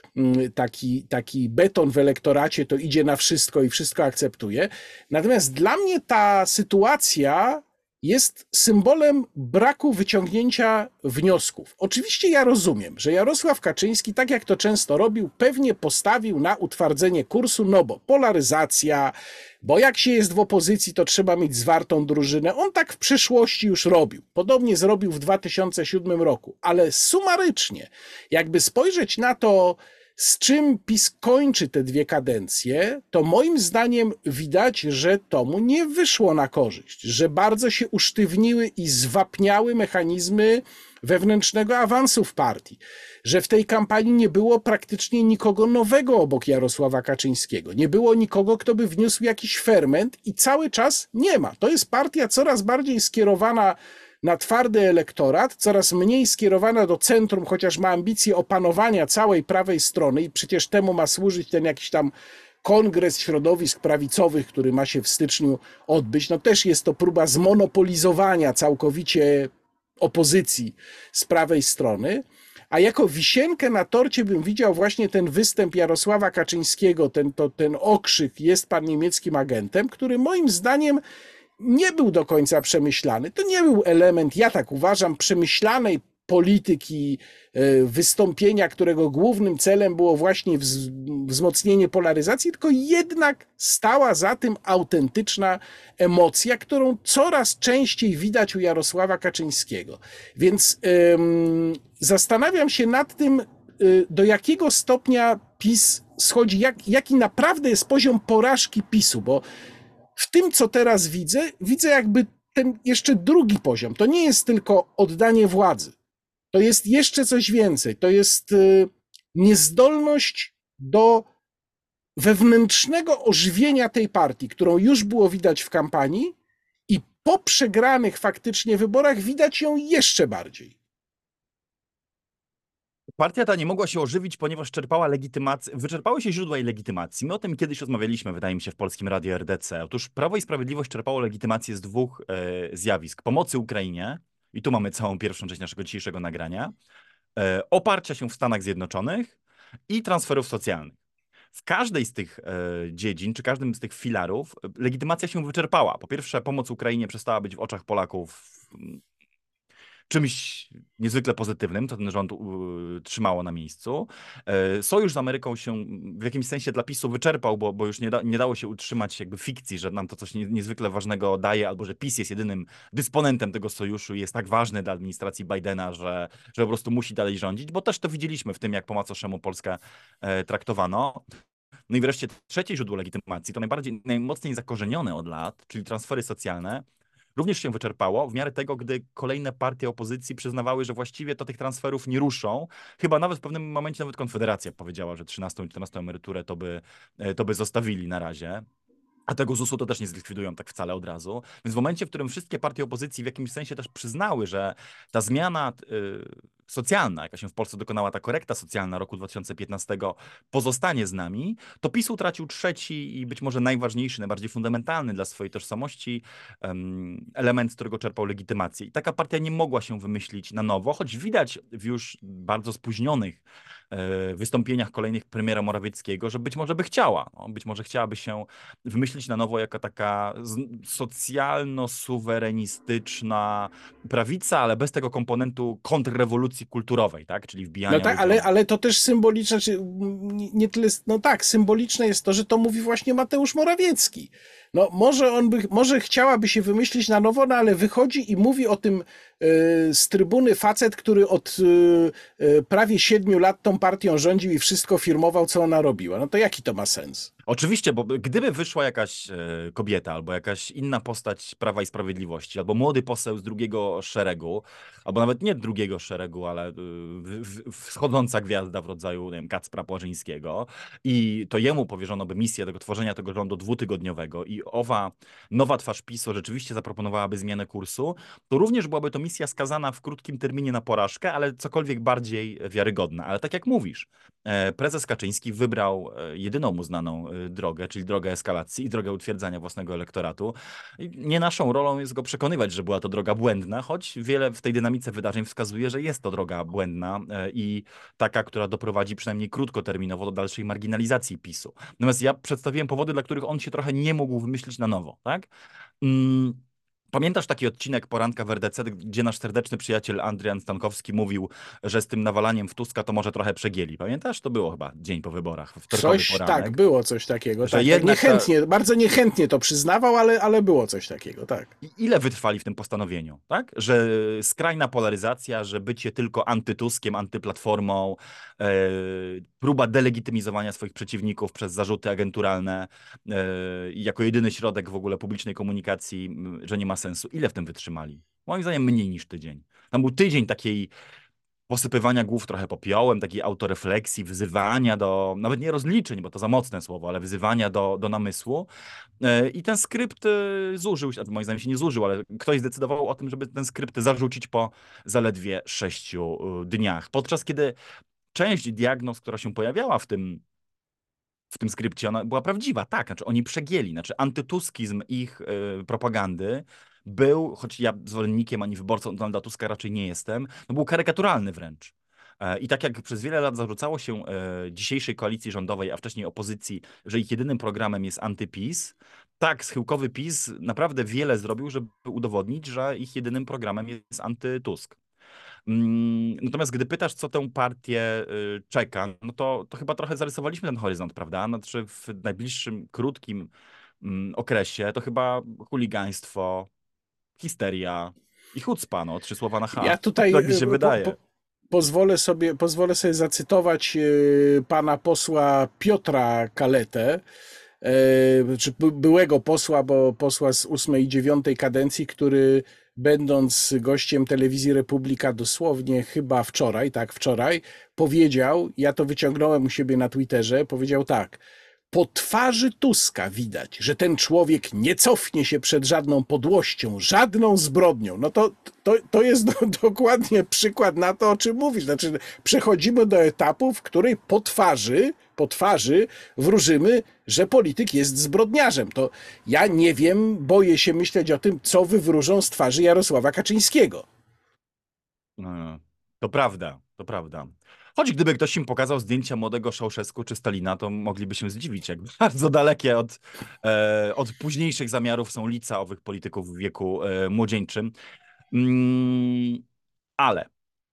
[SPEAKER 1] taki beton w elektoracie to idzie na wszystko i wszystko akceptuje. Natomiast dla mnie ta sytuacja jest symbolem braku wyciągnięcia wniosków. Oczywiście ja rozumiem, że Jarosław Kaczyński, tak jak to często robił, pewnie postawił na utwardzenie kursu, no bo polaryzacja, bo jak się jest w opozycji, to trzeba mieć zwartą drużynę. On tak w przeszłości już robił. Podobnie zrobił w 2007 roku, ale sumarycznie, jakby spojrzeć na to, z czym PiS kończy te 2 kadencje, to moim zdaniem widać, że to mu nie wyszło na korzyść, że bardzo się usztywniły i zwapniały mechanizmy wewnętrznego awansu w partii, że w tej kampanii nie było praktycznie nikogo nowego obok Jarosława Kaczyńskiego, nie było nikogo, kto by wniósł jakiś ferment i cały czas nie ma. To jest partia coraz bardziej skierowana na twardy elektorat, coraz mniej skierowana do centrum, chociaż ma ambicje opanowania całej prawej strony i przecież temu ma służyć ten jakiś tam kongres środowisk prawicowych, który ma się w styczniu odbyć. No też jest to próba zmonopolizowania całkowicie opozycji z prawej strony. A jako wisienkę na torcie bym widział właśnie ten występ Jarosława Kaczyńskiego, ten okrzyk "jest pan niemieckim agentem", który moim zdaniem nie był do końca przemyślany. To nie był element, ja tak uważam, przemyślanej polityki, wystąpienia, którego głównym celem było właśnie wzmocnienie polaryzacji, tylko jednak stała za tym autentyczna emocja, którą coraz częściej widać u Jarosława Kaczyńskiego. Więc zastanawiam się nad tym, do jakiego stopnia PiS schodzi, jaki naprawdę jest poziom porażki PiS-u, bo w tym, co teraz widzę jakby ten jeszcze drugi poziom. To nie jest tylko oddanie władzy. To jest jeszcze coś więcej. To jest niezdolność do wewnętrznego ożywienia tej partii, którą już było widać w kampanii i po przegranych faktycznie wyborach widać ją jeszcze bardziej.
[SPEAKER 2] Partia ta nie mogła się ożywić, ponieważ wyczerpały się źródła jej legitymacji. My o tym kiedyś rozmawialiśmy, wydaje mi się, w Polskim Radiu RDC. Otóż Prawo i Sprawiedliwość czerpało legitymację z 2 zjawisk. Pomocy Ukrainie, i tu mamy całą pierwszą część naszego dzisiejszego nagrania, oparcia się w Stanach Zjednoczonych i transferów socjalnych. W każdej z tych dziedzin, czy każdym z tych filarów legitymacja się wyczerpała. Po pierwsze, pomoc Ukrainie przestała być w oczach Polaków czymś niezwykle pozytywnym, to ten rząd trzymało na miejscu. Sojusz z Ameryką się w jakimś sensie dla PiS-u wyczerpał, bo już nie dało się utrzymać jakby fikcji, że nam to coś niezwykle ważnego daje, albo że PiS jest jedynym dysponentem tego sojuszu i jest tak ważny dla administracji Bidena, że po prostu musi dalej rządzić, bo też to widzieliśmy w tym, jak po macoszemu Polskę traktowano. No i wreszcie trzecie źródło legitymacji, to najmocniej zakorzenione od lat, czyli transfery socjalne, również się wyczerpało w miarę tego, gdy kolejne partie opozycji przyznawały, że właściwie to tych transferów nie ruszą. Chyba nawet w pewnym momencie nawet Konfederacja powiedziała, że 13. i 14. emeryturę to by zostawili na razie. A tego ZUS-u to też nie zlikwidują tak wcale od razu. Więc w momencie, w którym wszystkie partie opozycji w jakimś sensie też przyznały, że ta zmiana socjalna, jaka się w Polsce dokonała, ta korekta socjalna roku 2015 pozostanie z nami, to PiS utracił trzeci i być może najważniejszy, najbardziej fundamentalny dla swojej tożsamości element, z którego czerpał legitymację. I taka partia nie mogła się wymyślić na nowo, choć widać w już bardzo spóźnionych wystąpieniach kolejnych premiera Morawieckiego, że być może by chciała. No, być może chciałaby się wymyślić na nowo jako taka socjalno-suwerenistyczna prawica, ale bez tego komponentu kontrrewolucji kulturowej, tak? Czyli wbijania
[SPEAKER 1] No tak,
[SPEAKER 2] ludziom.
[SPEAKER 1] ale to też symboliczne, nie tyle, no tak, symboliczne jest to, że to mówi właśnie Mateusz Morawiecki. No może chciałaby się wymyślić na nowo, no ale wychodzi i mówi o tym z trybuny facet, który od prawie 7 lat tą partią rządził i wszystko firmował, co ona robiła. No to jaki to ma sens?
[SPEAKER 2] Oczywiście, bo gdyby wyszła jakaś kobieta albo jakaś inna postać Prawa i Sprawiedliwości, albo młody poseł z drugiego szeregu, albo nawet nie drugiego szeregu, ale wschodząca gwiazda w rodzaju, nie wiem, Kacpra Płażyńskiego i to jemu powierzono by misję tego tworzenia tego rządu 2-tygodniowego i owa nowa twarz PiS-u rzeczywiście zaproponowałaby zmianę kursu, to również byłaby to misja skazana w krótkim terminie na porażkę, ale cokolwiek bardziej wiarygodna. Ale tak jak mówisz, prezes Kaczyński wybrał jedyną mu znaną drogę, czyli drogę eskalacji i drogę utwierdzania własnego elektoratu. Nie naszą rolą jest go przekonywać, że była to droga błędna, choć wiele w tej dynamice wydarzeń wskazuje, że jest to droga błędna i taka, która doprowadzi przynajmniej krótkoterminowo do dalszej marginalizacji PiS-u. Natomiast ja przedstawiłem powody, dla których on się trochę nie mógł wymyślić na nowo, tak? Pamiętasz taki odcinek Poranka w RDC, gdzie nasz serdeczny przyjaciel Adrian Stankowski mówił, że z tym nawalaniem w Tuska to może trochę przegięli. Pamiętasz? To było chyba dzień po wyborach, wtorkowy
[SPEAKER 1] Coś, tak,
[SPEAKER 2] poranek.
[SPEAKER 1] było coś takiego.
[SPEAKER 2] Że
[SPEAKER 1] Tak, tak,
[SPEAKER 2] jednak ta,
[SPEAKER 1] niechętnie, bardzo niechętnie to przyznawał, ale było coś takiego, tak.
[SPEAKER 2] ile wytrwali w tym postanowieniu, tak? Że skrajna polaryzacja, że bycie tylko antytuskiem, antyplatformą, próba delegitymizowania swoich przeciwników przez zarzuty agenturalne jako jedyny środek w ogóle publicznej komunikacji, że nie ma sensu. Ile w tym wytrzymali? Moim zdaniem mniej niż tydzień. Tam był tydzień takiej posypywania głów trochę popiołem, takiej autorefleksji, wzywania do, nawet nie rozliczeń, bo to za mocne słowo, ale wzywania do namysłu. I ten skrypt zużył się, moim zdaniem się nie zużył, ale ktoś zdecydował o tym, żeby ten skrypt zarzucić po zaledwie 6 dniach. Podczas kiedy część diagnoz, która się pojawiała w tym skrypcie, ona była prawdziwa, tak, znaczy oni przegięli, znaczy antytuskizm ich propagandy był, choć ja zwolennikiem ani wyborcą Donalda Tuska raczej nie jestem, no był karykaturalny wręcz. I tak jak przez wiele lat zarzucało się dzisiejszej koalicji rządowej, a wcześniej opozycji, że ich jedynym programem jest antyPiS, tak, schyłkowy PiS naprawdę wiele zrobił, żeby udowodnić, że ich jedynym programem jest antytusk. Natomiast gdy pytasz, co tę partię czeka, no to chyba trochę zarysowaliśmy ten horyzont, prawda? Znaczy w najbliższym, krótkim okresie to chyba chuligaństwo, histeria i chucpa, no, 3 słowa na H.
[SPEAKER 1] Ja tutaj
[SPEAKER 2] Tak mi się wydaje.
[SPEAKER 1] pozwolę sobie zacytować pana posła Piotra Kaletę, czy byłego posła, bo posła z 8. i 9. kadencji, który będąc gościem telewizji Republika dosłownie chyba wczoraj, tak, wczoraj, powiedział, ja to wyciągnąłem u siebie na Twitterze, powiedział tak: po twarzy Tuska widać, że ten człowiek nie cofnie się przed żadną podłością, żadną zbrodnią. No to jest dokładnie przykład na to, o czym mówisz. Znaczy, przechodzimy do etapu, w której po twarzy wróżymy, że polityk jest zbrodniarzem. To ja nie wiem, boję się myśleć o tym, co wywróżą z twarzy Jarosława Kaczyńskiego.
[SPEAKER 2] To prawda, to prawda. Choć gdyby ktoś im pokazał zdjęcia młodego Ceausescu czy Stalina, to mogliby się zdziwić, jak bardzo dalekie od późniejszych zamiarów są lica owych polityków w wieku młodzieńczym. Ale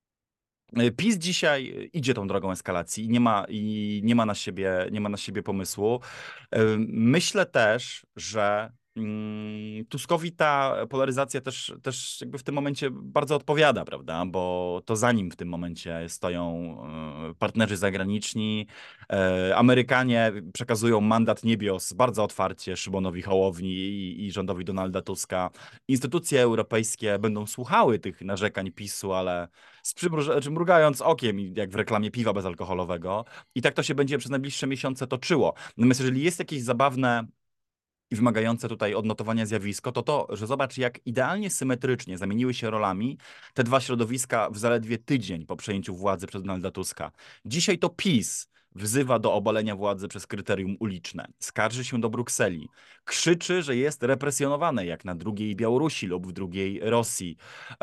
[SPEAKER 2] PiS dzisiaj idzie tą drogą eskalacji i nie ma na siebie pomysłu. Myślę też, że Tuskowi ta polaryzacja też jakby w tym momencie bardzo odpowiada, prawda? Bo to za nim w tym momencie stoją partnerzy zagraniczni. Amerykanie przekazują mandat niebios bardzo otwarcie Szymonowi Hołowni i rządowi Donalda Tuska. Instytucje europejskie będą słuchały tych narzekań PiSu, ale mrugając okiem, jak w reklamie piwa bezalkoholowego. I tak to się będzie przez najbliższe miesiące toczyło. Natomiast jeżeli jest jakieś zabawne i wymagające tutaj odnotowania zjawisko, to, że zobacz, jak idealnie symetrycznie zamieniły się rolami te dwa środowiska w zaledwie tydzień po przejęciu władzy przez Donalda Tuska. Dzisiaj to PiS wzywa do obalenia władzy przez kryterium uliczne, skarży się do Brukseli, krzyczy, że jest represjonowane jak na drugiej Białorusi lub w drugiej Rosji,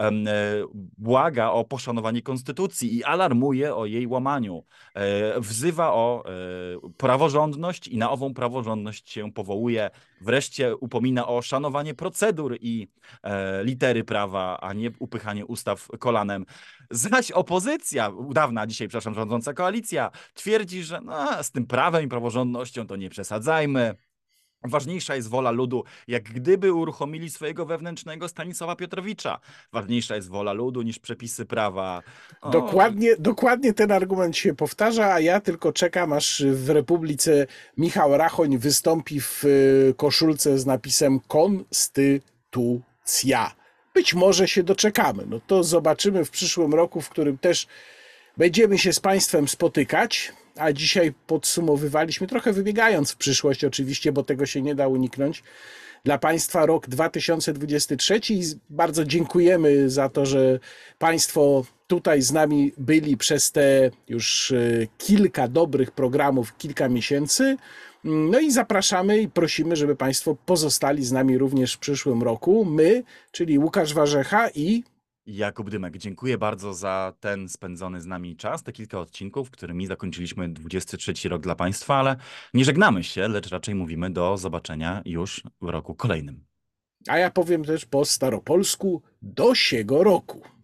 [SPEAKER 2] błaga o poszanowanie konstytucji i alarmuje o jej łamaniu, wzywa o praworządność i na ową praworządność się powołuje, wreszcie upomina o szanowanie procedur i litery prawa, a nie upychanie ustaw kolanem. Zaś opozycja, dawna dzisiaj, przepraszam, rządząca koalicja, twierdzi, że no, z tym prawem i praworządnością to nie przesadzajmy. Ważniejsza jest wola ludu, jak gdyby uruchomili swojego wewnętrznego Stanisława Piotrowicza. Ważniejsza jest wola ludu niż przepisy prawa. O,
[SPEAKER 1] Dokładnie ten argument się powtarza, a ja tylko czekam, aż w Republice Michał Rachoń wystąpi w koszulce z napisem Konstytucja. Być może się doczekamy. No to zobaczymy w przyszłym roku, w którym też będziemy się z Państwem spotykać, a dzisiaj podsumowywaliśmy, trochę wybiegając w przyszłość oczywiście, bo tego się nie da uniknąć, dla Państwa rok 2023 i bardzo dziękujemy za to, że Państwo tutaj z nami byli przez te już kilka dobrych programów, kilka miesięcy. No i zapraszamy i prosimy, żeby Państwo pozostali z nami również w przyszłym roku. My, czyli Łukasz Warzecha i
[SPEAKER 2] Jakub Dymek, dziękuję bardzo za ten spędzony z nami czas, te kilka odcinków, którymi zakończyliśmy 23 rok dla Państwa, ale nie żegnamy się, lecz raczej mówimy do zobaczenia już w roku kolejnym.
[SPEAKER 1] A ja powiem też po staropolsku do siego roku.